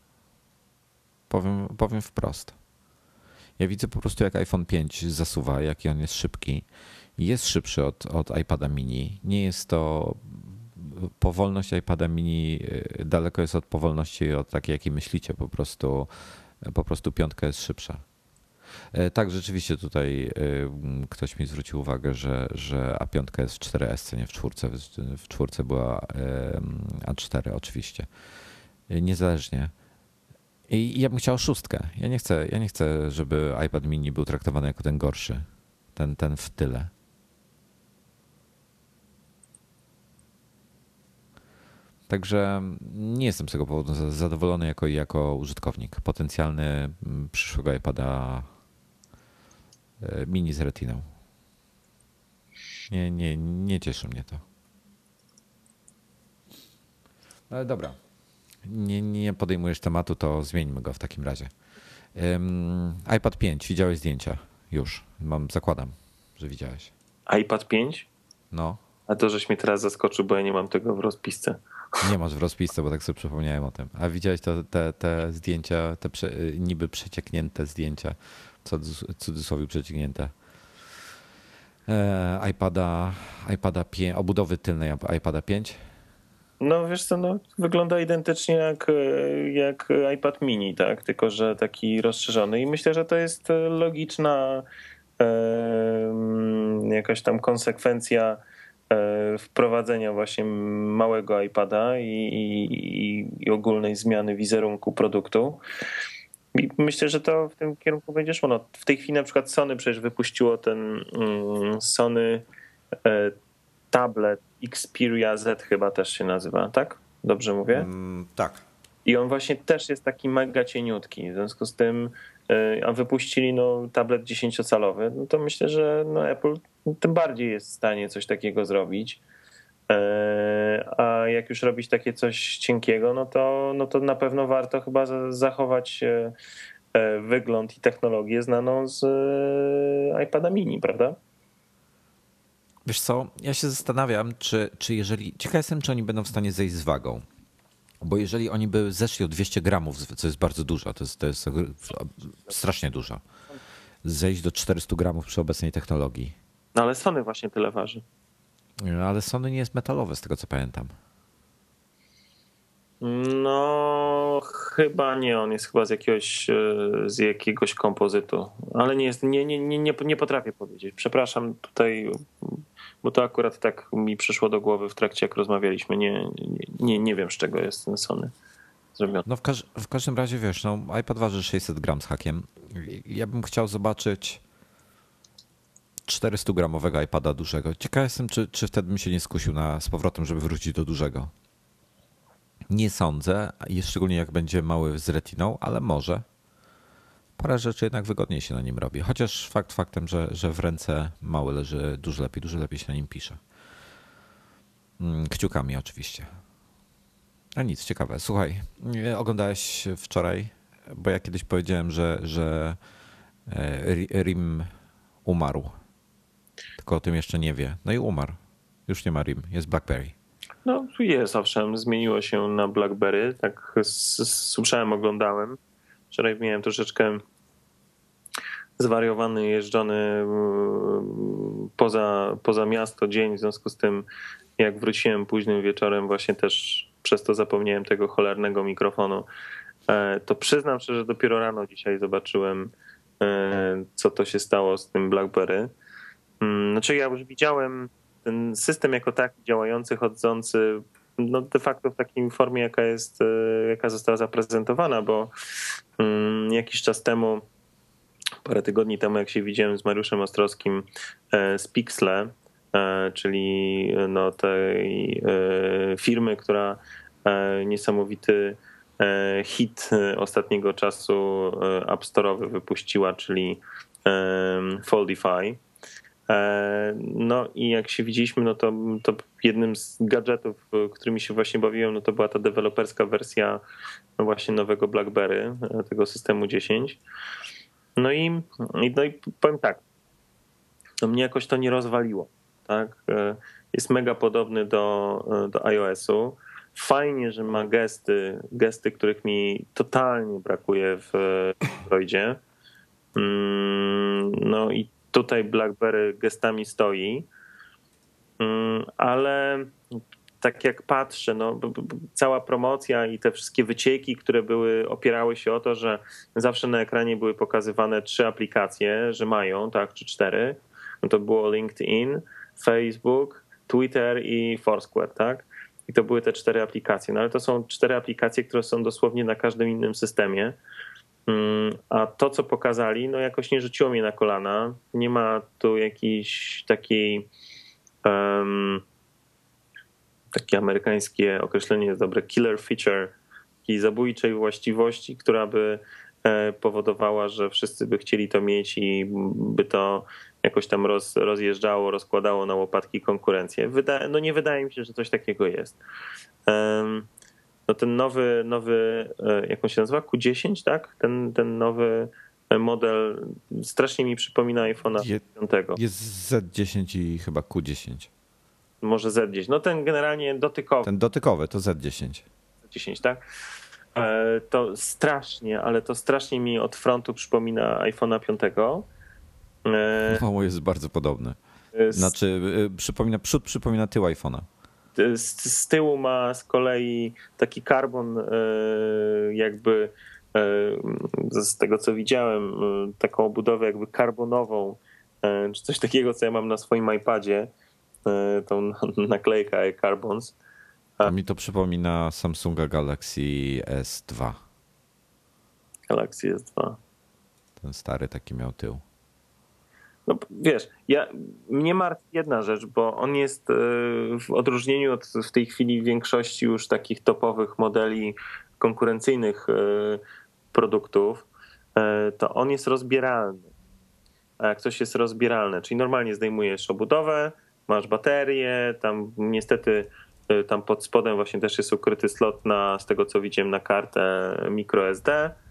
Powiem wprost. Ja widzę po prostu, jak iPhone 5 zasuwa, jaki on jest szybki. Jest szybszy od iPada mini. Nie jest to... Powolność iPada mini daleko jest od powolności od takiej, jakiej myślicie. Po prostu 5 jest szybsza. Tak, rzeczywiście tutaj ktoś mi zwrócił uwagę, że A5 jest w 4S, nie w czwórce. W czwórce była A4 oczywiście. Niezależnie. I ja bym chciał szóstkę. Ja nie chcę, żeby iPad mini był traktowany jako ten gorszy. Ten w tyle. Także nie jestem z tego powodu zadowolony jako użytkownik. Potencjalny przyszłego iPada mini z retiną. Nie cieszy mnie to. Ale dobra. Nie podejmujesz tematu, to zmieńmy go w takim razie. iPad 5, widziałeś zdjęcia? Już. Zakładam, że widziałeś. iPad 5? No. A to, żeś mnie teraz zaskoczył, bo ja nie mam tego w rozpisce. Nie masz w rozpisce, bo tak sobie przypomniałem o tym. A widziałeś te zdjęcia, niby przecieknięte zdjęcia, w cudzysłowie przecieknięte, iPada 5, obudowy tylnej iPada 5? No wiesz co, no, wygląda identycznie jak iPad mini, tak? Tylko że taki rozszerzony i myślę, że to jest logiczna jakaś tam konsekwencja wprowadzenia właśnie małego iPada i ogólnej zmiany wizerunku produktu. I myślę, że to w tym kierunku będzie szło. No, w tej chwili na przykład Sony przecież wypuściło ten Sony tablet Xperia Z chyba też się nazywa, tak? Dobrze mówię? Tak. I on właśnie też jest taki mega cieniutki. W związku z tym, a wypuścili tablet 10-calowy, no to myślę, że Apple tym bardziej jest w stanie coś takiego zrobić. A jak już robić takie coś cienkiego, no to na pewno warto chyba zachować wygląd i technologię znaną z iPada mini, prawda? Wiesz co, ja się zastanawiam, czy jeżeli... Ciekaw jestem, czy oni będą w stanie zejść z wagą. Bo jeżeli oni by zeszli o 200 gramów, co jest bardzo dużo, to jest strasznie dużo, zejść do 400 gramów przy obecnej technologii. No ale Sony właśnie tyle waży. Ale Sony nie jest metalowe, z tego co pamiętam. No, chyba nie. On jest chyba z jakiegoś kompozytu, ale nie jest, nie potrafię powiedzieć. Przepraszam tutaj, bo to akurat tak mi przyszło do głowy w trakcie, jak rozmawialiśmy. Nie wiem, z czego jest ten Sony zrobiony. No w każdym razie, wiesz, iPad waży 600 gram z hakiem. Ja bym chciał zobaczyć 400-gramowego iPada dużego. Ciekaw jestem, czy wtedy bym się nie skusił z powrotem, żeby wrócić do dużego. Nie sądzę, szczególnie jak będzie mały z retiną, ale może. Parę rzeczy jednak wygodniej się na nim robi. Chociaż faktem, że w ręce mały leży dużo lepiej się na nim pisze. Kciukami oczywiście. A nic, ciekawe. Słuchaj, oglądałeś wczoraj, bo ja kiedyś powiedziałem, że RIM umarł. Tylko o tym jeszcze nie wie. No i umarł. Już nie ma RIM, jest BlackBerry. No jest, owszem, zmieniło się na BlackBerry. Tak słyszałem, oglądałem. Wczoraj miałem troszeczkę zwariowany, jeżdżony poza miasto dzień, w związku z tym jak wróciłem późnym wieczorem, właśnie też przez to zapomniałem tego cholernego mikrofonu. To przyznam szczerze, że dopiero rano dzisiaj zobaczyłem, co to się stało z tym BlackBerry. Znaczy ja już widziałem ten system jako taki działający, chodzący, no de facto w takiej formie, jaka została zaprezentowana, bo jakiś czas temu, parę tygodni temu, jak się widziałem z Mariuszem Ostrowskim z Pixle, czyli tej firmy, która niesamowity hit ostatniego czasu App Store'owy wypuściła, czyli Foldify. No i jak się widzieliśmy, no to jednym z gadżetów, którymi się właśnie bawiłem, no to była ta deweloperska wersja właśnie nowego BlackBerry, tego systemu 10. No i powiem tak, no mnie jakoś to nie rozwaliło, tak? Jest mega podobny do iOS-u. Fajnie, że ma gesty, których mi totalnie brakuje w Androidzie. No i tutaj BlackBerry gestami stoi, ale tak jak patrzę, no, cała promocja i te wszystkie wycieki, które opierały się o to, że zawsze na ekranie były pokazywane 3 aplikacje, że mają, tak, czy 4. No to było LinkedIn, Facebook, Twitter i Foursquare, tak? I to były te 4 aplikacje. No ale to są 4 aplikacje, które są dosłownie na każdym innym systemie. A to, co pokazali, no jakoś nie rzuciło mnie na kolana. Nie ma tu jakiejś takiej... takie amerykańskie określenie jest dobre, killer feature, takiej zabójczej właściwości, która by powodowała, że wszyscy by chcieli to mieć i by to jakoś tam rozjeżdżało, rozkładało na łopatki konkurencję. No nie wydaje mi się, że coś takiego jest. No ten nowy, jak on się nazywa? Q10, tak? Ten nowy model strasznie mi przypomina iPhone'a 5. Jest Z10 i chyba Q10. Może Z10. No ten generalnie dotykowy. Ten dotykowy to Z10. Z10, tak? To strasznie, ale to strasznie mi od frontu przypomina iPhone'a 5. Mało jest bardzo podobny. Znaczy przód przypomina tył iPhone'a. Z tyłu ma z kolei taki karbon jakby z tego co widziałem, taką obudowę jakby karbonową, czy coś takiego, co ja mam na swoim iPadzie, tą naklejkę iCarbons. A mi to przypomina Samsunga Galaxy S2. Galaxy S2. Ten stary taki miał tył. No wiesz, mnie martwi jedna rzecz, bo on jest w odróżnieniu od w tej chwili większości już takich topowych modeli konkurencyjnych produktów, to on jest rozbieralny. A jak coś jest rozbieralne, czyli normalnie zdejmujesz obudowę, masz baterię, tam niestety tam pod spodem właśnie też jest ukryty slot z tego co widziałem, na kartę microSD.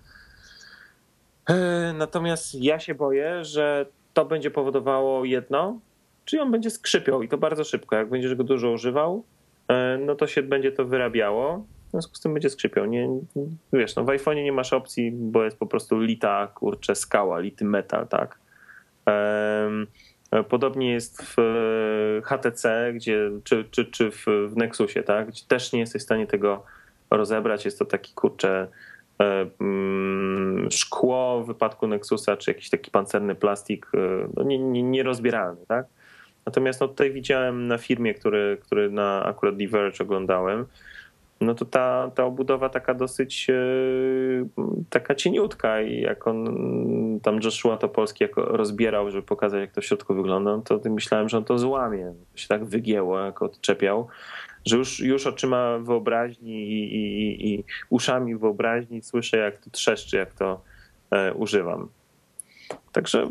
Natomiast ja się boję, że to będzie powodowało jedno, czyli on będzie skrzypiał i to bardzo szybko. Jak będziesz go dużo używał, no to się będzie to wyrabiało. W związku z tym będzie skrzypiał. Wiesz, no w iPhone'ie nie masz opcji, bo jest po prostu lita, skała, lity metal, tak? Podobnie jest w HTC, czy w Nexusie, tak? Gdzie też nie jesteś w stanie tego rozebrać. Jest to taki szkło w wypadku Nexusa, czy jakiś taki pancerny plastik, no nierozbieralny, tak? Natomiast no tutaj widziałem na filmie, który na akurat Diverge oglądałem, no to ta obudowa taka dosyć taka cieniutka i jak on tam Joshua Topolski jako rozbierał, żeby pokazać jak to w środku wygląda, no to myślałem, że on to złamie. To się tak wygięło, jak odczepiał, że już oczyma wyobraźni i uszami wyobraźni słyszę jak to trzeszczy, jak to używam. Także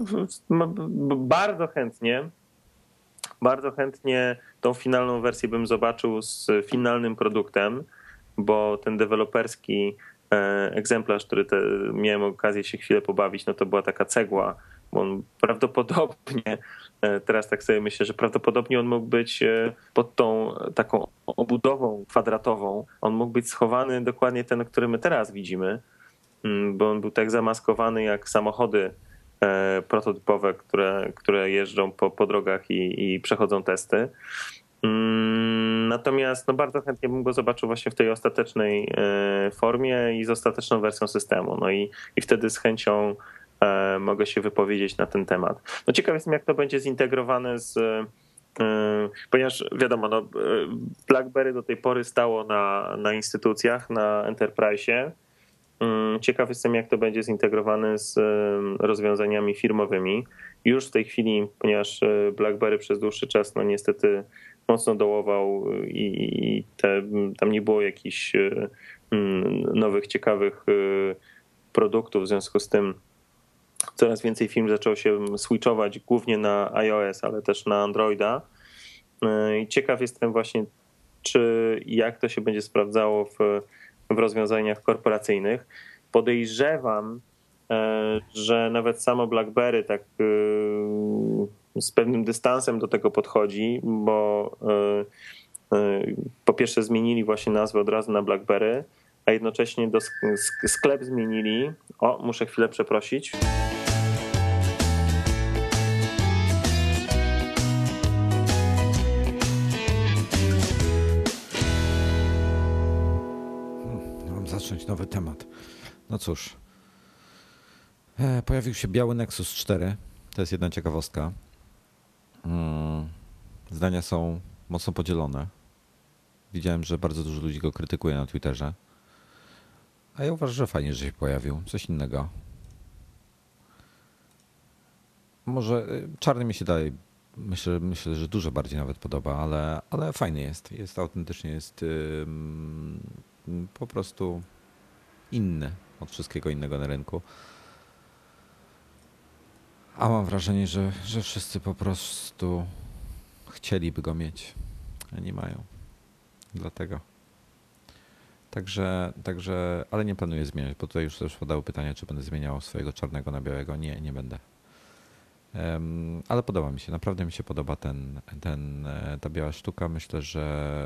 bardzo chętnie tą finalną wersję bym zobaczył z finalnym produktem, bo ten deweloperski egzemplarz, który miałem okazję się chwilę pobawić, no to była taka cegła, bo on prawdopodobnie, teraz tak sobie myślę, że prawdopodobnie on mógł być pod tą taką obudową kwadratową, on mógł być schowany dokładnie ten, który my teraz widzimy, bo on był tak zamaskowany jak samochody prototypowe, które jeżdżą po drogach i przechodzą testy. Natomiast no bardzo chętnie bym go zobaczył właśnie w tej ostatecznej formie i z ostateczną wersją systemu. No i wtedy z chęcią mogę się wypowiedzieć na ten temat. No ciekaw jestem, jak to będzie zintegrowane ponieważ wiadomo, no, BlackBerry do tej pory stało na instytucjach, na Enterprise'ie. Ciekaw jestem, jak to będzie zintegrowane z rozwiązaniami firmowymi. Już w tej chwili, ponieważ BlackBerry przez dłuższy czas no niestety mocno dołował i tam nie było jakichś nowych, ciekawych produktów. W związku z tym coraz więcej firm zaczęło się switchować głównie na iOS, ale też na Androida. I ciekaw jestem właśnie, jak to się będzie sprawdzało w rozwiązaniach korporacyjnych. Podejrzewam, że nawet samo BlackBerry tak z pewnym dystansem do tego podchodzi, bo po pierwsze zmienili właśnie nazwę od razu na BlackBerry, a jednocześnie sklep zmienili. Muszę chwilę przeprosić. zacząć nowy temat. No cóż, pojawił się biały Nexus 4. To jest jedna ciekawostka. Zdania są mocno podzielone. Widziałem, że bardzo dużo ludzi go krytykuje na Twitterze. A ja uważam, że fajnie, że się pojawił. Coś innego. Może czarny mi się dalej, myślę, że dużo bardziej nawet podoba, ale fajny jest. Jest autentycznie, jest po prostu inny od wszystkiego innego na rynku. A mam wrażenie, że wszyscy po prostu chcieliby go mieć, a nie mają. Dlatego. Także, ale nie planuję zmieniać, bo tutaj już też padały pytania, czy będę zmieniał swojego czarnego na białego. Nie będę. Ale podoba mi się, naprawdę mi się podoba ta biała sztuka. Myślę, że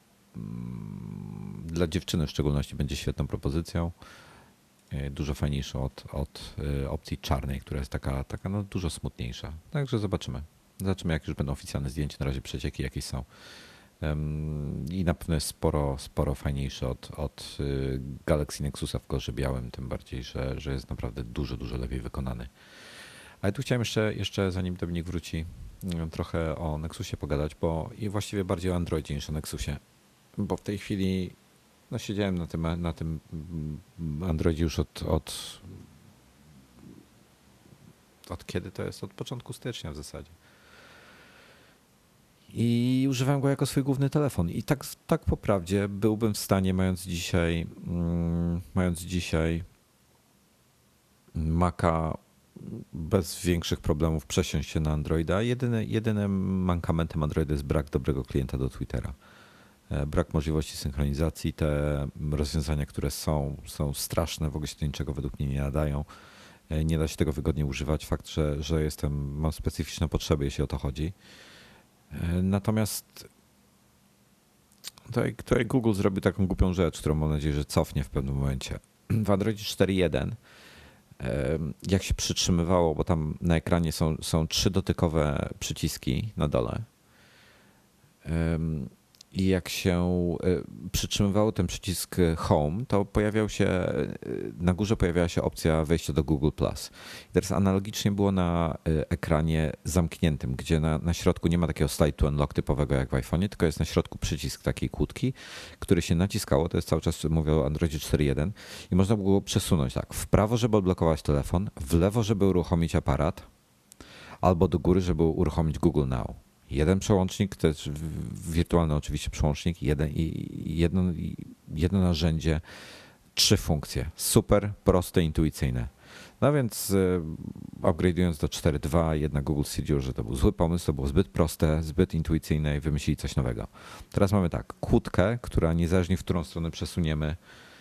dla dziewczyny w szczególności będzie świetną propozycją. Dużo fajniejszą od opcji czarnej, która jest taka no, dużo smutniejsza. Także zobaczymy. Zobaczymy, jak już będą oficjalne zdjęcia. Na razie przecieki jakieś są. I na pewno jest sporo fajniejszy od Galaxy Nexusa w kolorze białym, tym bardziej, że jest naprawdę dużo lepiej wykonany. Ale tu chciałem jeszcze zanim Dominik wróci, trochę o Nexusie pogadać, bo i właściwie bardziej o Androidzie niż o Nexusie. Bo w tej chwili no siedziałem na tym Androidzie już od kiedy to jest? Od początku stycznia w zasadzie. I używałem go jako swój główny telefon. I tak po prawdzie byłbym w stanie, mając dzisiaj Maca, bez większych problemów przesiąść się na Androida. Jedynym mankamentem Androida jest brak dobrego klienta do Twittera. Brak możliwości synchronizacji. Te rozwiązania, które są straszne, w ogóle się do niczego według mnie nie nadają. Nie da się tego wygodnie używać. Fakt, że mam specyficzne potrzeby, jeśli o to chodzi. Natomiast tutaj Google zrobił taką głupią rzecz, którą mam nadzieję, że cofnie w pewnym momencie. W Androidzie 4.1 jak się przytrzymywało, bo tam na ekranie są 3 dotykowe przyciski na dole. I jak się przytrzymywało ten przycisk Home, to na górze pojawiała się opcja wejścia do Google+. I teraz analogicznie było na ekranie zamkniętym, gdzie na środku nie ma takiego slide to unlock typowego jak w iPhone'ie, tylko jest na środku przycisk takiej kłódki, który się naciskało, to jest cały czas, mówię o Androidzie 4.1 i można było przesunąć tak, w prawo, żeby odblokować telefon, w lewo, żeby uruchomić aparat, albo do góry, żeby uruchomić Google Now. Jeden przełącznik, to jest wirtualny oczywiście przełącznik, jedno narzędzie, 3 funkcje. Super, proste, intuicyjne. No więc upgrade'ując do 4.2, jednak Google stwierdził, że to był zły pomysł, to było zbyt proste, zbyt intuicyjne i wymyślili coś nowego. Teraz mamy tak, kłódkę, która niezależnie w którą stronę przesuniemy,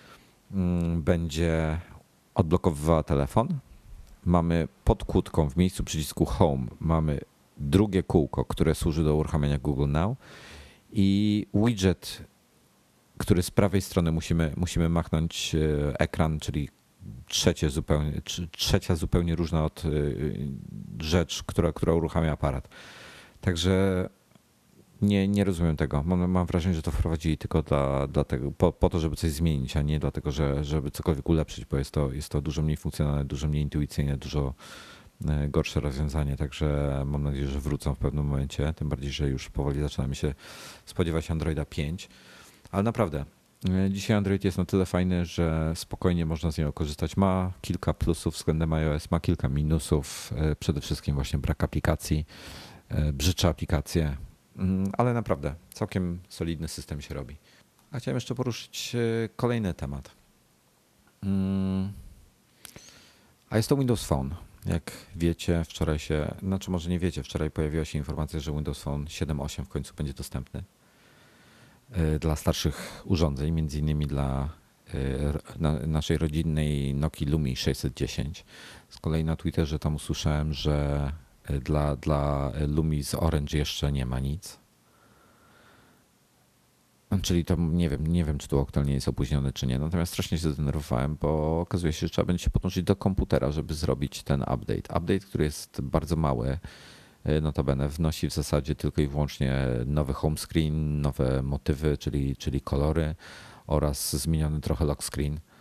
będzie odblokowywała telefon. Mamy pod kłódką w miejscu przycisku Home mamy drugie kółko, które służy do uruchamiania Google Now i widget, który z prawej strony musimy machnąć ekran, czyli trzecia zupełnie różna od rzecz, która uruchamia aparat. Także nie rozumiem tego. Mam wrażenie, że to wprowadzili tylko dla tego, po to, żeby coś zmienić, a nie dlatego, żeby cokolwiek ulepszyć, bo jest to dużo mniej funkcjonalne, dużo mniej intuicyjne, dużo gorsze rozwiązanie, także mam nadzieję, że wrócą w pewnym momencie, tym bardziej, że już powoli zaczynamy się spodziewać Androida 5, ale naprawdę dzisiaj Android jest na tyle fajny, że spokojnie można z niego korzystać. Ma kilka plusów względem iOS, ma kilka minusów, przede wszystkim właśnie brak aplikacji, brzydsze aplikacje, ale naprawdę całkiem solidny system się robi. A chciałem jeszcze poruszyć kolejny temat. A jest to Windows Phone. Jak wiecie, może nie wiecie, wczoraj pojawiła się informacja, że Windows Phone 7.8 w końcu będzie dostępny dla starszych urządzeń, między innymi dla naszej rodzinnej Nokii Lumii 610. Z kolei na Twitterze tam usłyszałem, że dla Lumii z Orange jeszcze nie ma nic. Czyli to nie wiem, czy to aktualnie jest opóźnione, czy nie. Natomiast strasznie się zdenerwowałem, bo okazuje się, że trzeba będzie się podłączyć do komputera, żeby zrobić ten update. Update, który jest bardzo mały, notabene wnosi w zasadzie tylko i wyłącznie nowy home screen, nowe motywy, czyli kolory oraz zmieniony trochę lock screen.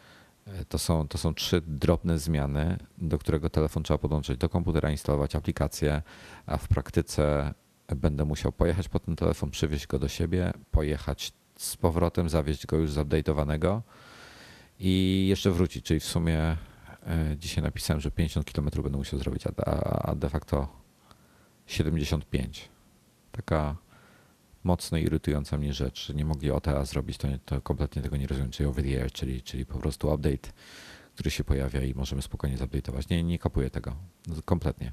To są 3 drobne zmiany, do którego telefon trzeba podłączyć do komputera, instalować aplikację, a w praktyce będę musiał pojechać po ten telefon, przywieźć go do siebie, pojechać z powrotem, zawieźć go już zupdate'owanego i jeszcze wrócić, czyli w sumie dzisiaj napisałem, że 50 km będę musiał zrobić, a de facto 75. Taka mocno irytująca mnie rzecz, że nie mogli OTA zrobić, to kompletnie tego nie rozumiem, czyli over the air, czyli po prostu update, który się pojawia i możemy spokojnie zupdate'ować. Nie kapuję tego, kompletnie.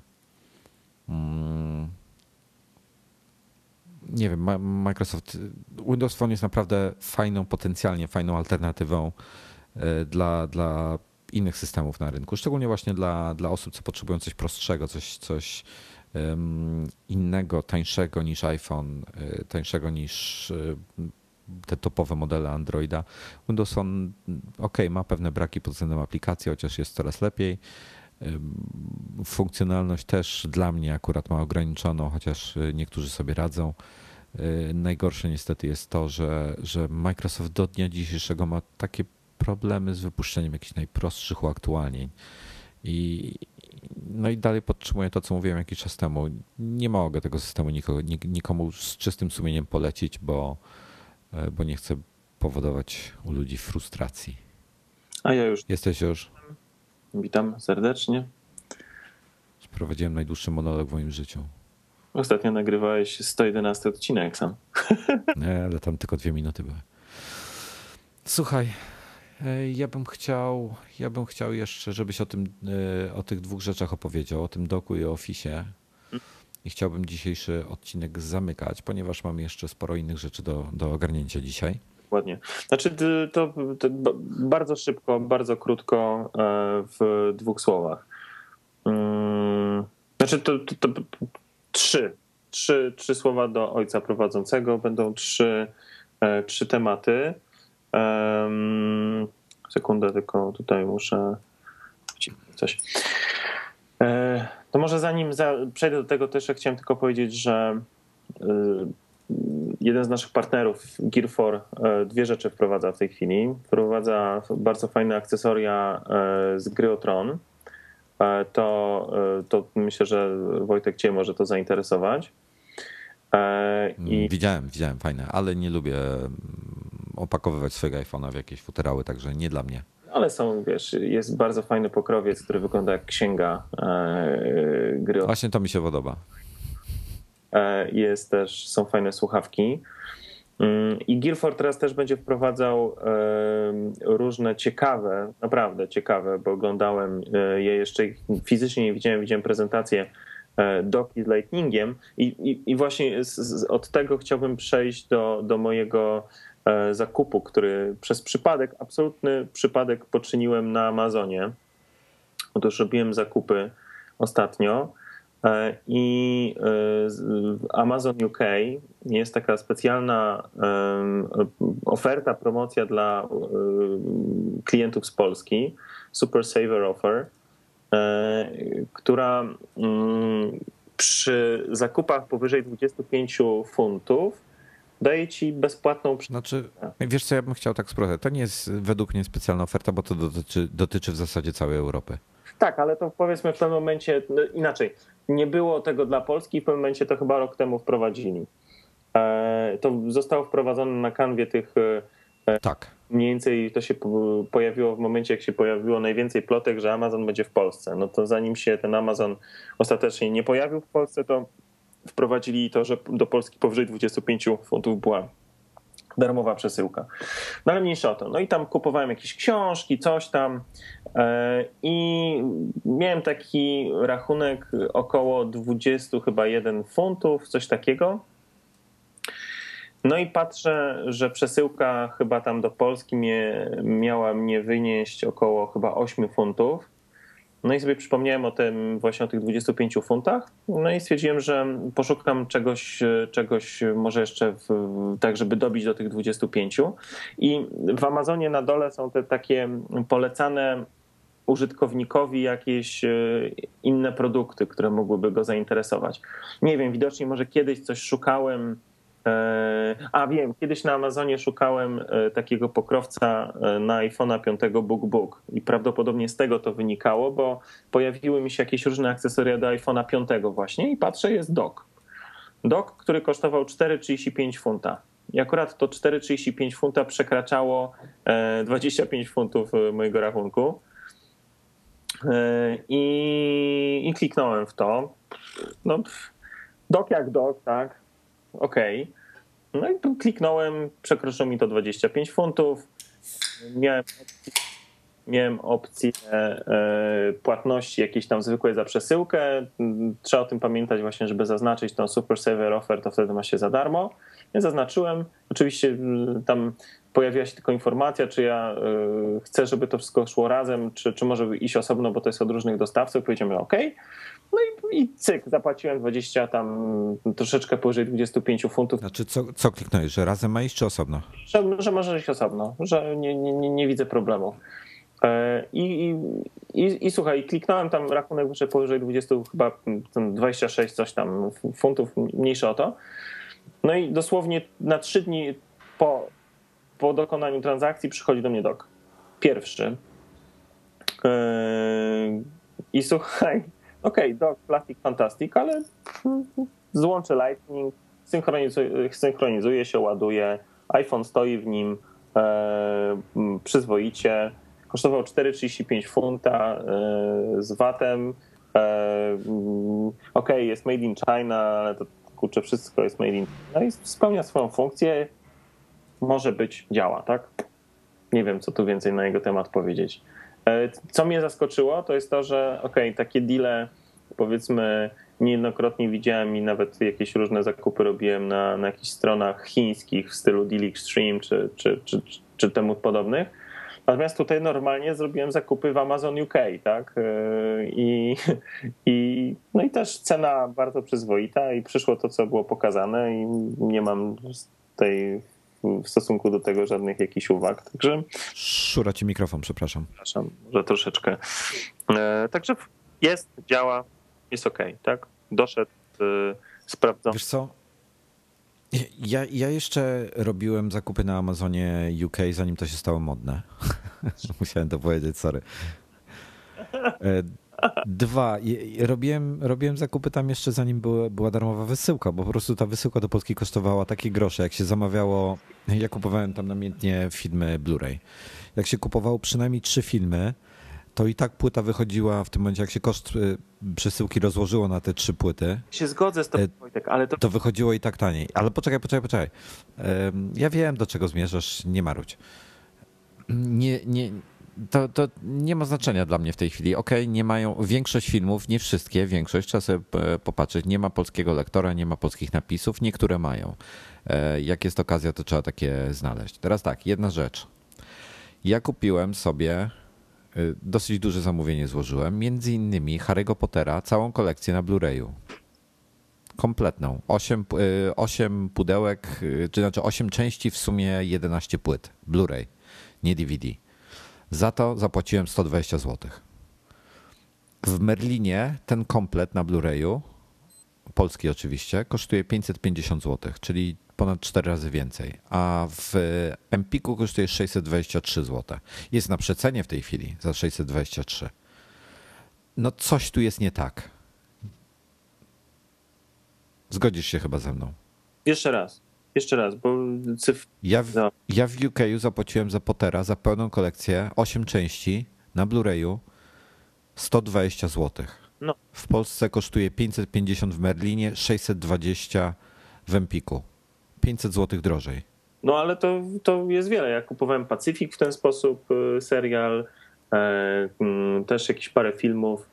Nie wiem, Microsoft, Windows Phone jest naprawdę potencjalnie fajną alternatywą dla innych systemów na rynku, szczególnie właśnie dla osób, co potrzebują coś prostszego, coś innego, tańszego niż iPhone, tańszego niż te topowe modele Androida. Windows Phone ma pewne braki pod względem aplikacji, chociaż jest coraz lepiej. Funkcjonalność też dla mnie akurat ma ograniczoną, chociaż niektórzy sobie radzą. Najgorsze niestety jest to, że Microsoft do dnia dzisiejszego ma takie problemy z wypuszczeniem jakichś najprostszych uaktualnień. No i dalej podtrzymuję to, co mówiłem jakiś czas temu. Nie mogę tego systemu nikomu z czystym sumieniem polecić, bo nie chcę powodować u ludzi frustracji. A ja już. Jesteś już? Witam serdecznie. Prowadziłem najdłuższy monolog w moim życiu. Ostatnio nagrywałeś 111 odcinek sam. Nie, ale tam tylko 2 minuty były. Słuchaj, ja bym chciał jeszcze, żebyś o tych 2 rzeczach opowiedział, o tym doku i o Office'ie. I chciałbym dzisiejszy odcinek zamykać, ponieważ mam jeszcze sporo innych rzeczy do ogarnięcia dzisiaj. Dokładnie. Znaczy to bardzo szybko, bardzo krótko w 2 słowach. Znaczy to 3 słowa do ojca prowadzącego. Będą 3 tematy. Sekundę, tylko tutaj muszę coś. To może zanim przejdę do tego, też chciałem tylko powiedzieć, że jeden z naszych partnerów, Gear4, 2 rzeczy wprowadza w tej chwili. Wprowadza bardzo fajne akcesoria z gry o Tron. To myślę, że Wojtek cię może to zainteresować. Widziałem, fajne, ale nie lubię opakowywać swojego iPhone'a w jakieś futerały, także nie dla mnie. Ale są, wiesz, jest bardzo fajny pokrowiec, który wygląda jak księga gry. Właśnie to mi się podoba. Są fajne słuchawki. I Gear4 teraz też będzie wprowadzał różne ciekawe, naprawdę ciekawe, bo oglądałem je jeszcze fizycznie nie widziałem prezentację doki z Lightningiem i właśnie od tego chciałbym przejść do mojego zakupu, który przez przypadek, absolutny przypadek poczyniłem na Amazonie. Otóż robiłem zakupy ostatnio i Amazon UK jest taka specjalna oferta, promocja dla klientów z Polski, Super Saver Offer, która przy zakupach powyżej 25 funtów daje ci bezpłatną... Znaczy, wiesz co, ja bym chciał tak sprawdzić. To nie jest według mnie specjalna oferta, bo to dotyczy w zasadzie całej Europy. Tak, ale to powiedzmy w pewnym momencie inaczej. Nie było tego dla Polski i w pewnym momencie to chyba rok temu wprowadzili. To zostało wprowadzone na kanwie tych... Tak. Mniej więcej to się pojawiło w momencie, jak się pojawiło najwięcej plotek, że Amazon będzie w Polsce. No to zanim się ten Amazon ostatecznie nie pojawił w Polsce, to wprowadzili to, że do Polski powyżej 25 funtów była darmowa przesyłka. No ale mniejsza o to. No i tam kupowałem jakieś książki, coś tam i miałem taki rachunek około 20 chyba 1 funtów, coś takiego. No i patrzę, że przesyłka chyba tam do Polski miała mnie wynieść około chyba 8 funtów. No i sobie przypomniałem właśnie o tych 25 funtach. No i stwierdziłem, że poszukam czegoś może jeszcze tak, żeby dobić do tych 25. I w Amazonie na dole są te takie polecane użytkownikowi jakieś inne produkty, które mogłyby go zainteresować. Nie wiem, widocznie może kiedyś coś szukałem A wiem, kiedyś na Amazonie szukałem takiego pokrowca na iPhone'a 5 BookBook i prawdopodobnie z tego to wynikało, bo pojawiły mi się jakieś różne akcesoria do iPhone'a 5 właśnie i patrzę, jest dock. Dock, który kosztował 4,35 funta. I akurat to 4,35 funta przekraczało 25 funtów mojego rachunku. I kliknąłem w to. No, dock jak dock, tak? Okej. No i kliknąłem, przekroczyło mi to 25 funtów. Miałem opcję płatności jakieś tam zwykłej za przesyłkę. Trzeba o tym pamiętać właśnie, żeby zaznaczyć tą Super Saver Offer, to wtedy ma się za darmo. Ja zaznaczyłem. Oczywiście tam pojawiła się tylko informacja, czy ja chcę, żeby to wszystko szło razem, czy może iść osobno, bo to jest od różnych dostawców. Powiedziałem, OK. No i cyk, zapłaciłem 20 tam, troszeczkę powyżej 25 funtów. Znaczy, co kliknąłeś, że razem ma iść, czy osobno? Że może iść osobno, że nie widzę problemu. I słuchaj, kliknąłem tam, rachunek wyszedł powyżej 20, chyba 26 coś tam funtów, mniejsze o to. No i dosłownie na 3 dni po dokonaniu transakcji przychodzi do mnie dock. Pierwszy. I słuchaj, okej, dock Plastic Fantastic, ale złącze Lightning, synchronizuje się, ładuje, iPhone stoi w nim przyzwoicie. Kosztował 4,35 funta z VAT-em. Okej, jest made in China, ale to kurczę, wszystko jest made in China i spełnia swoją funkcję. Może być, działa, tak? Nie wiem, co tu więcej na jego temat powiedzieć. Co mnie zaskoczyło, to jest to, że takie deale, powiedzmy, niejednokrotnie widziałem i nawet jakieś różne zakupy robiłem na jakichś stronach chińskich w stylu Deal Extreme czy temu podobnych. Natomiast tutaj normalnie zrobiłem zakupy w Amazon UK, tak? No i też cena bardzo przyzwoita i przyszło to, co było pokazane i nie mam tutaj w stosunku do tego żadnych jakichś uwag. Także szura ci mikrofon, przepraszam. Przepraszam, że troszeczkę. Także jest, działa, jest okej, tak? Doszedł, sprawdzony. Wiesz co? Ja jeszcze robiłem zakupy na Amazonie UK, zanim to się stało modne. Musiałem to powiedzieć, sorry. 2. Robiłem zakupy tam jeszcze zanim była darmowa wysyłka, bo po prostu ta wysyłka do Polski kosztowała takie grosze, jak się zamawiało, ja kupowałem tam namiętnie filmy Blu-ray. Jak się kupowało przynajmniej 3 filmy, to i tak płyta wychodziła w tym momencie, jak się koszt przesyłki rozłożyło na te 3 płyty. Się zgodzę z tobą, Wojtek, ale to wychodziło i tak taniej. Ale poczekaj. Ja wiem, do czego zmierzasz, nie marudź. To nie ma znaczenia dla mnie w tej chwili. Nie mają większość filmów, nie wszystkie, większość, trzeba sobie popatrzeć. Nie ma polskiego lektora, nie ma polskich napisów, niektóre mają. Jak jest okazja, to trzeba takie znaleźć. Teraz tak, jedna rzecz. Ja kupiłem sobie, dosyć duże zamówienie złożyłem, między innymi Harry'ego Pottera, całą kolekcję na Blu-rayu. Kompletną. 8 pudełek, czy znaczy 8 części, w sumie 11 płyt. Blu-ray, nie DVD. Za to zapłaciłem 120 zł. W Merlinie ten komplet na Blu-rayu, polski oczywiście, kosztuje 550 zł, czyli ponad 4 razy więcej. A w Empiku kosztuje 623 zł. Jest na przecenie w tej chwili za 623. No coś tu jest nie tak. Zgodzisz się chyba ze mną. Jeszcze raz, bo Ja w UK zapłaciłem za Pottera, za pełną kolekcję, 8 części na Blu-rayu 120 zł. No. W Polsce kosztuje 550 w Merlinie, 620 w Empiku. 500 zł drożej. No ale to jest wiele. Ja kupowałem Pacyfik w ten sposób, serial, też jakieś parę filmów.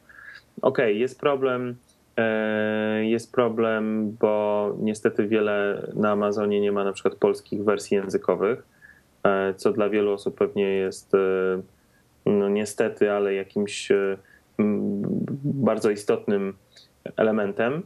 Jest problem, bo niestety wiele na Amazonie nie ma na przykład polskich wersji językowych, co dla wielu osób pewnie jest no niestety, ale jakimś bardzo istotnym elementem.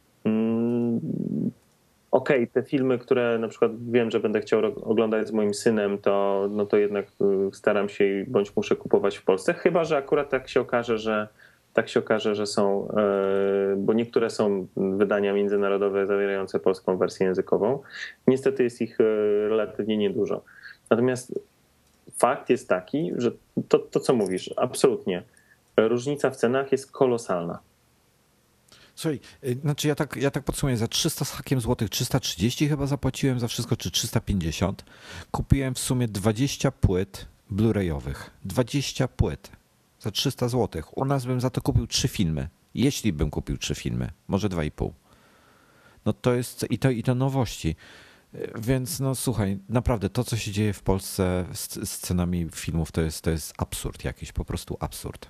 Te filmy, które na przykład wiem, że będę chciał oglądać z moim synem, to jednak staram się bądź muszę kupować w Polsce, chyba że akurat tak się okaże, że tak się okaże, że są, bo niektóre są wydania międzynarodowe zawierające polską wersję językową. Niestety jest ich relatywnie niedużo. Natomiast fakt jest taki, że to co mówisz, absolutnie. Różnica w cenach jest kolosalna. Słuchaj, znaczy ja tak podsumuję, za 300 z hakiem złotych, 330 chyba zapłaciłem za wszystko, czy 350. Kupiłem w sumie 20 płyt Blu-rayowych. 20 płyt za 300 złotych. U nas bym za to kupił 3 filmy. Jeśli bym kupił 3 filmy, może 2,5. No to jest, i to nowości. Więc no słuchaj, naprawdę to, co się dzieje w Polsce z cenami filmów, to jest absurd jakiś, po prostu absurd.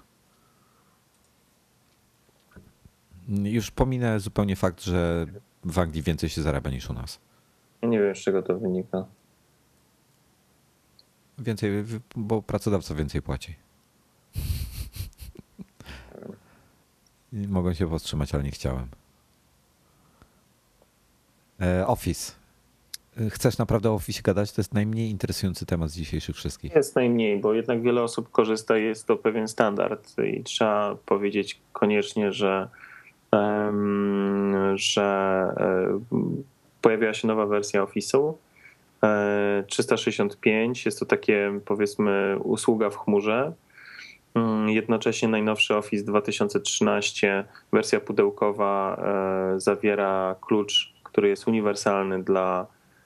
Już pominę zupełnie fakt, że w Anglii więcej się zarabia niż u nas. Nie wiem, z czego to wynika. Więcej, bo pracodawca więcej płaci. Mogłem się powstrzymać, ale nie chciałem. Office. Chcesz naprawdę o Office gadać? To jest najmniej interesujący temat z dzisiejszych wszystkich. Jest najmniej, bo jednak wiele osób korzysta i jest to pewien standard i trzeba powiedzieć koniecznie, że pojawiła się nowa wersja Office'u 365. Jest to takie, powiedzmy, usługa w chmurze. Jednocześnie najnowszy Office 2013, wersja pudełkowa, zawiera klucz, który jest uniwersalny dla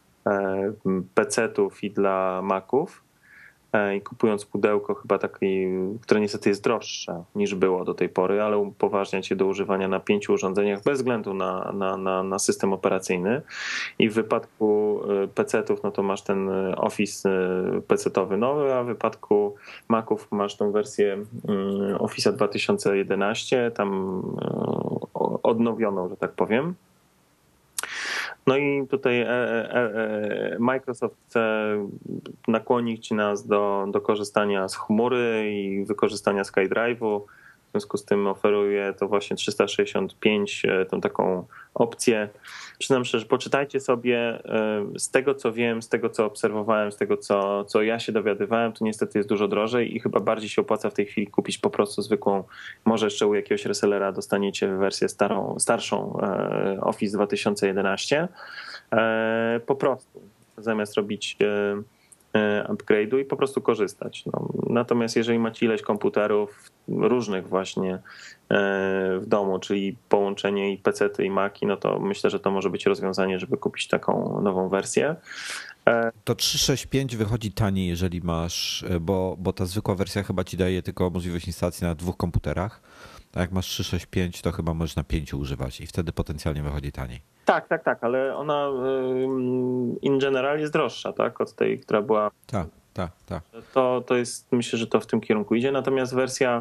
PC-ów i dla Maców. I kupując pudełko chyba takie, które niestety jest droższe niż było do tej pory, ale upoważnia cię do używania na 5 urządzeniach bez względu na system operacyjny. I w wypadku PC-ów, no to masz ten Office PC-towy nowy, a w wypadku Maców masz tą wersję Office'a 2011, tam odnowioną, że tak powiem. No i tutaj Microsoft chce nakłonić nas do korzystania z chmury i wykorzystania SkyDrive'u. W związku z tym oferuje to właśnie 365, tą taką opcję. Przyznam szczerze, poczytajcie sobie, z tego co wiem, z tego co obserwowałem, z tego co ja się dowiadywałem, to niestety jest dużo drożej i chyba bardziej się opłaca w tej chwili kupić po prostu zwykłą, może jeszcze u jakiegoś resellera dostaniecie wersję starszą Office 2011, po prostu zamiast robić upgrade'u i po prostu korzystać. No, natomiast jeżeli macie ileś komputerów różnych właśnie w domu, czyli połączenie i PC-ty i Maci, no to myślę, że to może być rozwiązanie, żeby kupić taką nową wersję. To 365 wychodzi taniej, jeżeli masz, bo ta zwykła wersja chyba ci daje tylko możliwość instalacji na 2 komputerach. A jak masz 365, to chyba możesz na 5 używać i wtedy potencjalnie wychodzi taniej. Tak, ale ona in general jest droższa, tak, od tej, która była. Tak. To jest, myślę, że to w tym kierunku idzie. Natomiast wersja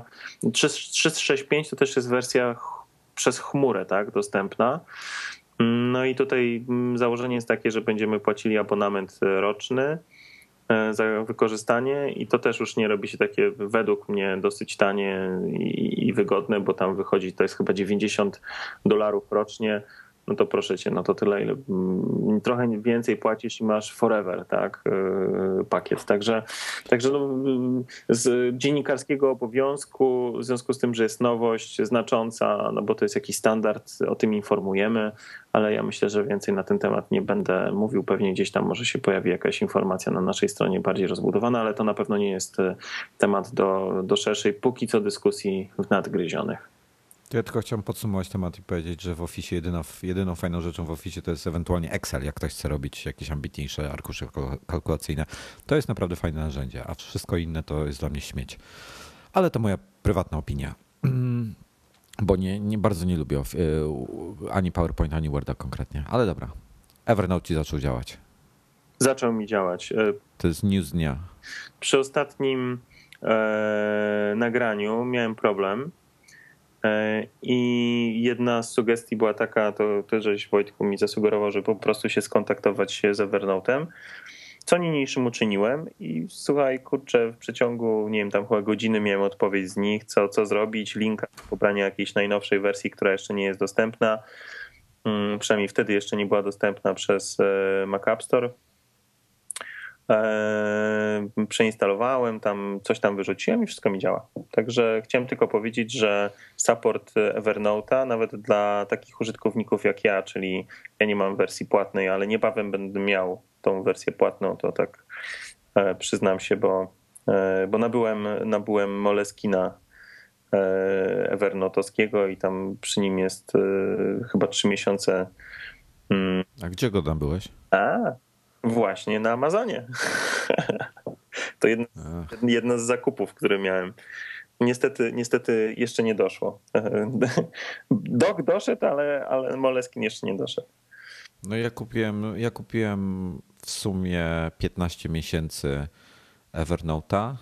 365 to też jest wersja przez chmurę, tak, dostępna. No i tutaj założenie jest takie, że będziemy płacili abonament roczny za wykorzystanie i to też już nie robi się takie według mnie dosyć tanie i wygodne, bo tam wychodzi, to jest chyba $90 rocznie. No to proszę cię, no to tyle, ile trochę więcej płacisz i masz forever, tak, pakiet. Także no, z dziennikarskiego obowiązku, w związku z tym, że jest nowość znacząca, no bo to jest jakiś standard, o tym informujemy, ale ja myślę, że więcej na ten temat nie będę mówił. Pewnie gdzieś tam może się pojawi jakaś informacja na naszej stronie bardziej rozbudowana, ale to na pewno nie jest temat do szerszej, póki co dyskusji nadgryzionych. Ja tylko chciałem podsumować temat i powiedzieć, że w Office jedyną fajną rzeczą w Office to jest ewentualnie Excel, jak ktoś chce robić jakieś ambitniejsze arkusze kalkulacyjne. To jest naprawdę fajne narzędzie, a wszystko inne to jest dla mnie śmieć. Ale to moja prywatna opinia, bo bardzo nie lubię ani PowerPoint, ani Worda konkretnie. Ale dobra, Evernote ci zaczął działać. Zaczął mi działać. To jest news dnia. Przy ostatnim nagraniu miałem problem. I jedna z sugestii była taka, to żeś Wojtku mi zasugerował, że po prostu się skontaktować się z Evernote'em, co niniejszym uczyniłem i słuchaj, kurczę, w przeciągu, nie wiem, tam chyba godziny miałem odpowiedź z nich, co zrobić, linka do pobrania jakiejś najnowszej wersji, która jeszcze nie jest dostępna, przynajmniej wtedy jeszcze nie była dostępna przez Mac App Store. przeinstalowałem, tam coś tam wyrzuciłem i wszystko mi działa. Także chciałem tylko powiedzieć, że support Evernote'a nawet dla takich użytkowników jak ja, czyli ja nie mam wersji płatnej, ale niebawem będę miał tą wersję płatną, to tak przyznam się, bo nabyłem Moleskina Evernotowskiego i tam przy nim jest chyba 3 miesiące. A gdzie go nabyłeś? Właśnie na Amazonie. To jedno z zakupów, które miałem. Niestety jeszcze nie doszło. Dock doszedł, ale Moleskin jeszcze nie doszedł. No ja kupiłem w sumie 15 miesięcy Evernote'a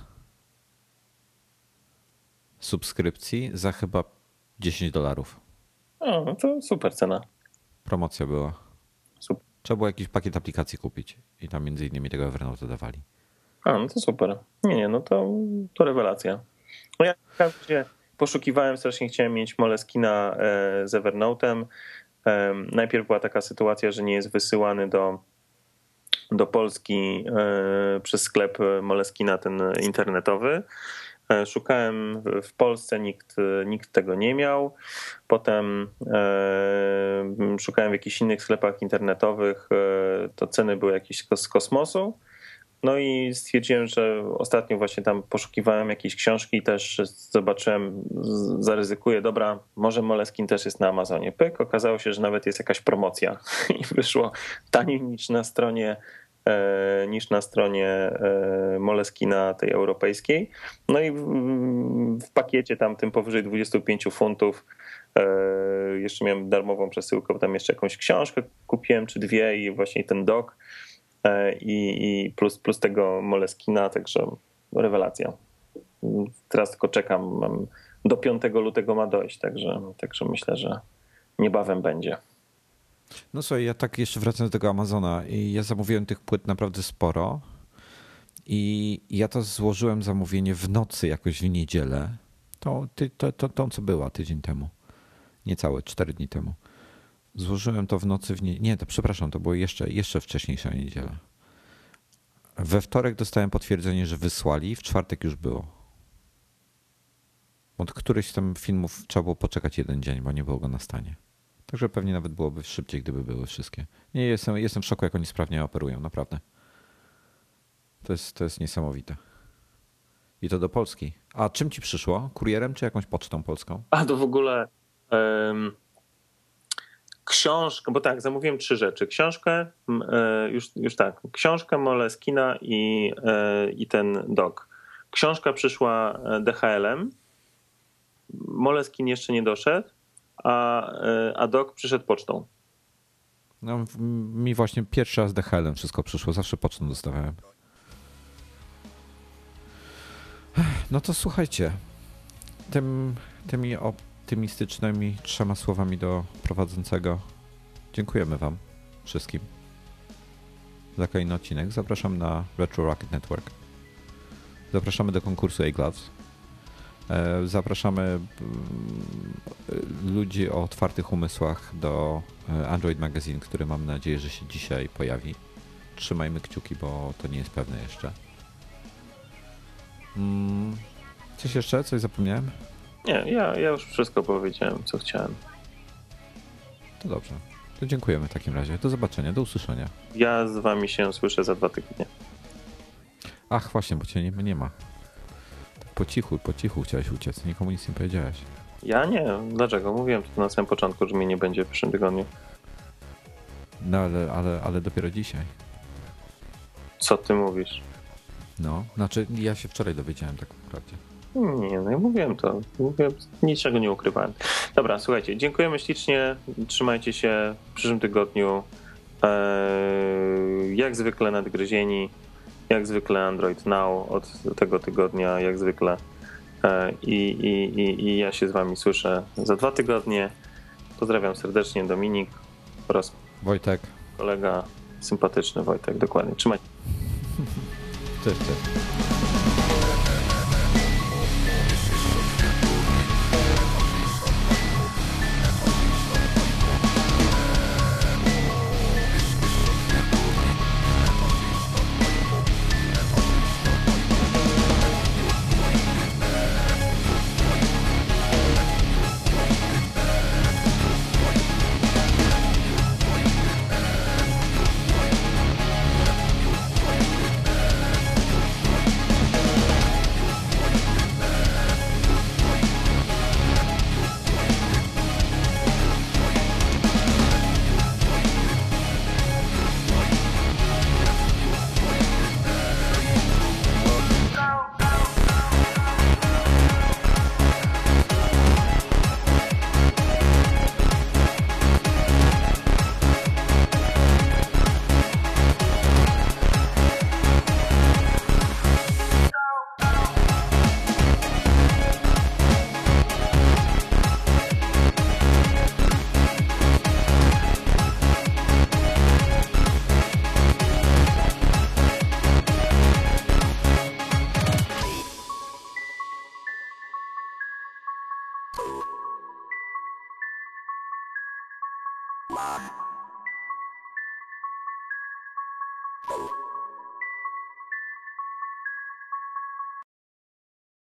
subskrypcji za chyba $10. O, no to super cena. Promocja była. Super. Trzeba było jakiś pakiet aplikacji kupić i tam między innymi tego Evernote'a dawali. No to super. Nie, no to rewelacja. No ja poszukiwałem, strasznie chciałem mieć Moleskina z Evernote'em. Najpierw była taka sytuacja, że nie jest wysyłany do Polski przez sklep Moleskina ten internetowy. Szukałem w Polsce, nikt tego nie miał. Potem szukałem w jakichś innych sklepach internetowych, to ceny były jakieś z kosmosu. No i stwierdziłem, że ostatnio właśnie tam poszukiwałem jakiejś książki i też zobaczyłem, zaryzykuję, dobra, może Moleskin też jest na Amazonie. Pyk, okazało się, że nawet jest jakaś promocja i wyszło taniej niż na stronie Moleskina tej europejskiej. No i w pakiecie tam tym powyżej 25 funtów jeszcze miałem darmową przesyłkę, bo tam jeszcze jakąś książkę kupiłem, czy dwie i właśnie ten dock i plus tego Moleskina, także rewelacja. Teraz tylko czekam, do 5 lutego ma dojść, także myślę, że niebawem będzie. No słuchaj, ja tak jeszcze wracam do tego Amazona i ja zamówiłem tych płyt naprawdę sporo i ja to złożyłem zamówienie w nocy jakoś w niedzielę, tą co była tydzień temu, niecałe 4 dni temu. Złożyłem to w nocy przepraszam, to było jeszcze wcześniejsza niedziela. We wtorek dostałem potwierdzenie, że wysłali, w czwartek już było. Od któryś z tam filmów trzeba było poczekać 1 dzień, bo nie było go na stanie. Także pewnie nawet byłoby szybciej, gdyby były wszystkie. Nie, jestem w szoku, jak oni sprawnie operują, naprawdę. To jest niesamowite. I to do Polski. A czym ci przyszło? Kurierem czy jakąś pocztą polską? A to w ogóle książkę, bo tak, zamówiłem 3 rzeczy. Książkę, już tak, książkę Moleskina i ten dock. Książka przyszła DHL-em, Moleskin jeszcze nie doszedł, a dock przyszedł pocztą. No, mi właśnie pierwszy raz DHL-em wszystko przyszło, zawsze pocztą dostawałem. No to słuchajcie, tymi optymistycznymi 3 słowami do prowadzącego dziękujemy wam wszystkim za kolejny odcinek. Zapraszam na Retro Rocket Network. Zapraszamy do konkursu A-Gloves. Zapraszamy ludzi o otwartych umysłach do Android Magazine, który mam nadzieję, że się dzisiaj pojawi. Trzymajmy kciuki, bo to nie jest pewne jeszcze. Coś jeszcze? Coś zapomniałem? Nie, ja już wszystko powiedziałem, co chciałem. To dobrze. To dziękujemy w takim razie. Do zobaczenia, do usłyszenia. Ja z wami się słyszę za 2 tygodnie. Ach, właśnie, bo cię nie ma. Po cichu chciałeś uciec, nikomu nic nie powiedziałeś. Ja nie, dlaczego? Mówiłem to na samym początku, że mnie nie będzie w przyszłym tygodniu. No ale dopiero dzisiaj. Co ty mówisz? No, znaczy ja się wczoraj dowiedziałem tak naprawdę. Nie, no ja mówiłem to. Niczego nie ukrywałem. Dobra, słuchajcie, dziękujemy ślicznie. Trzymajcie się w przyszłym tygodniu. Jak zwykle nadgryzieni. Jak zwykle Android Now od tego tygodnia, jak zwykle. I ja się z wami słyszę za 2 tygodnie. Pozdrawiam serdecznie, Dominik oraz Wojtek. Kolega sympatyczny Wojtek, dokładnie. Trzymajcie. Cześć. you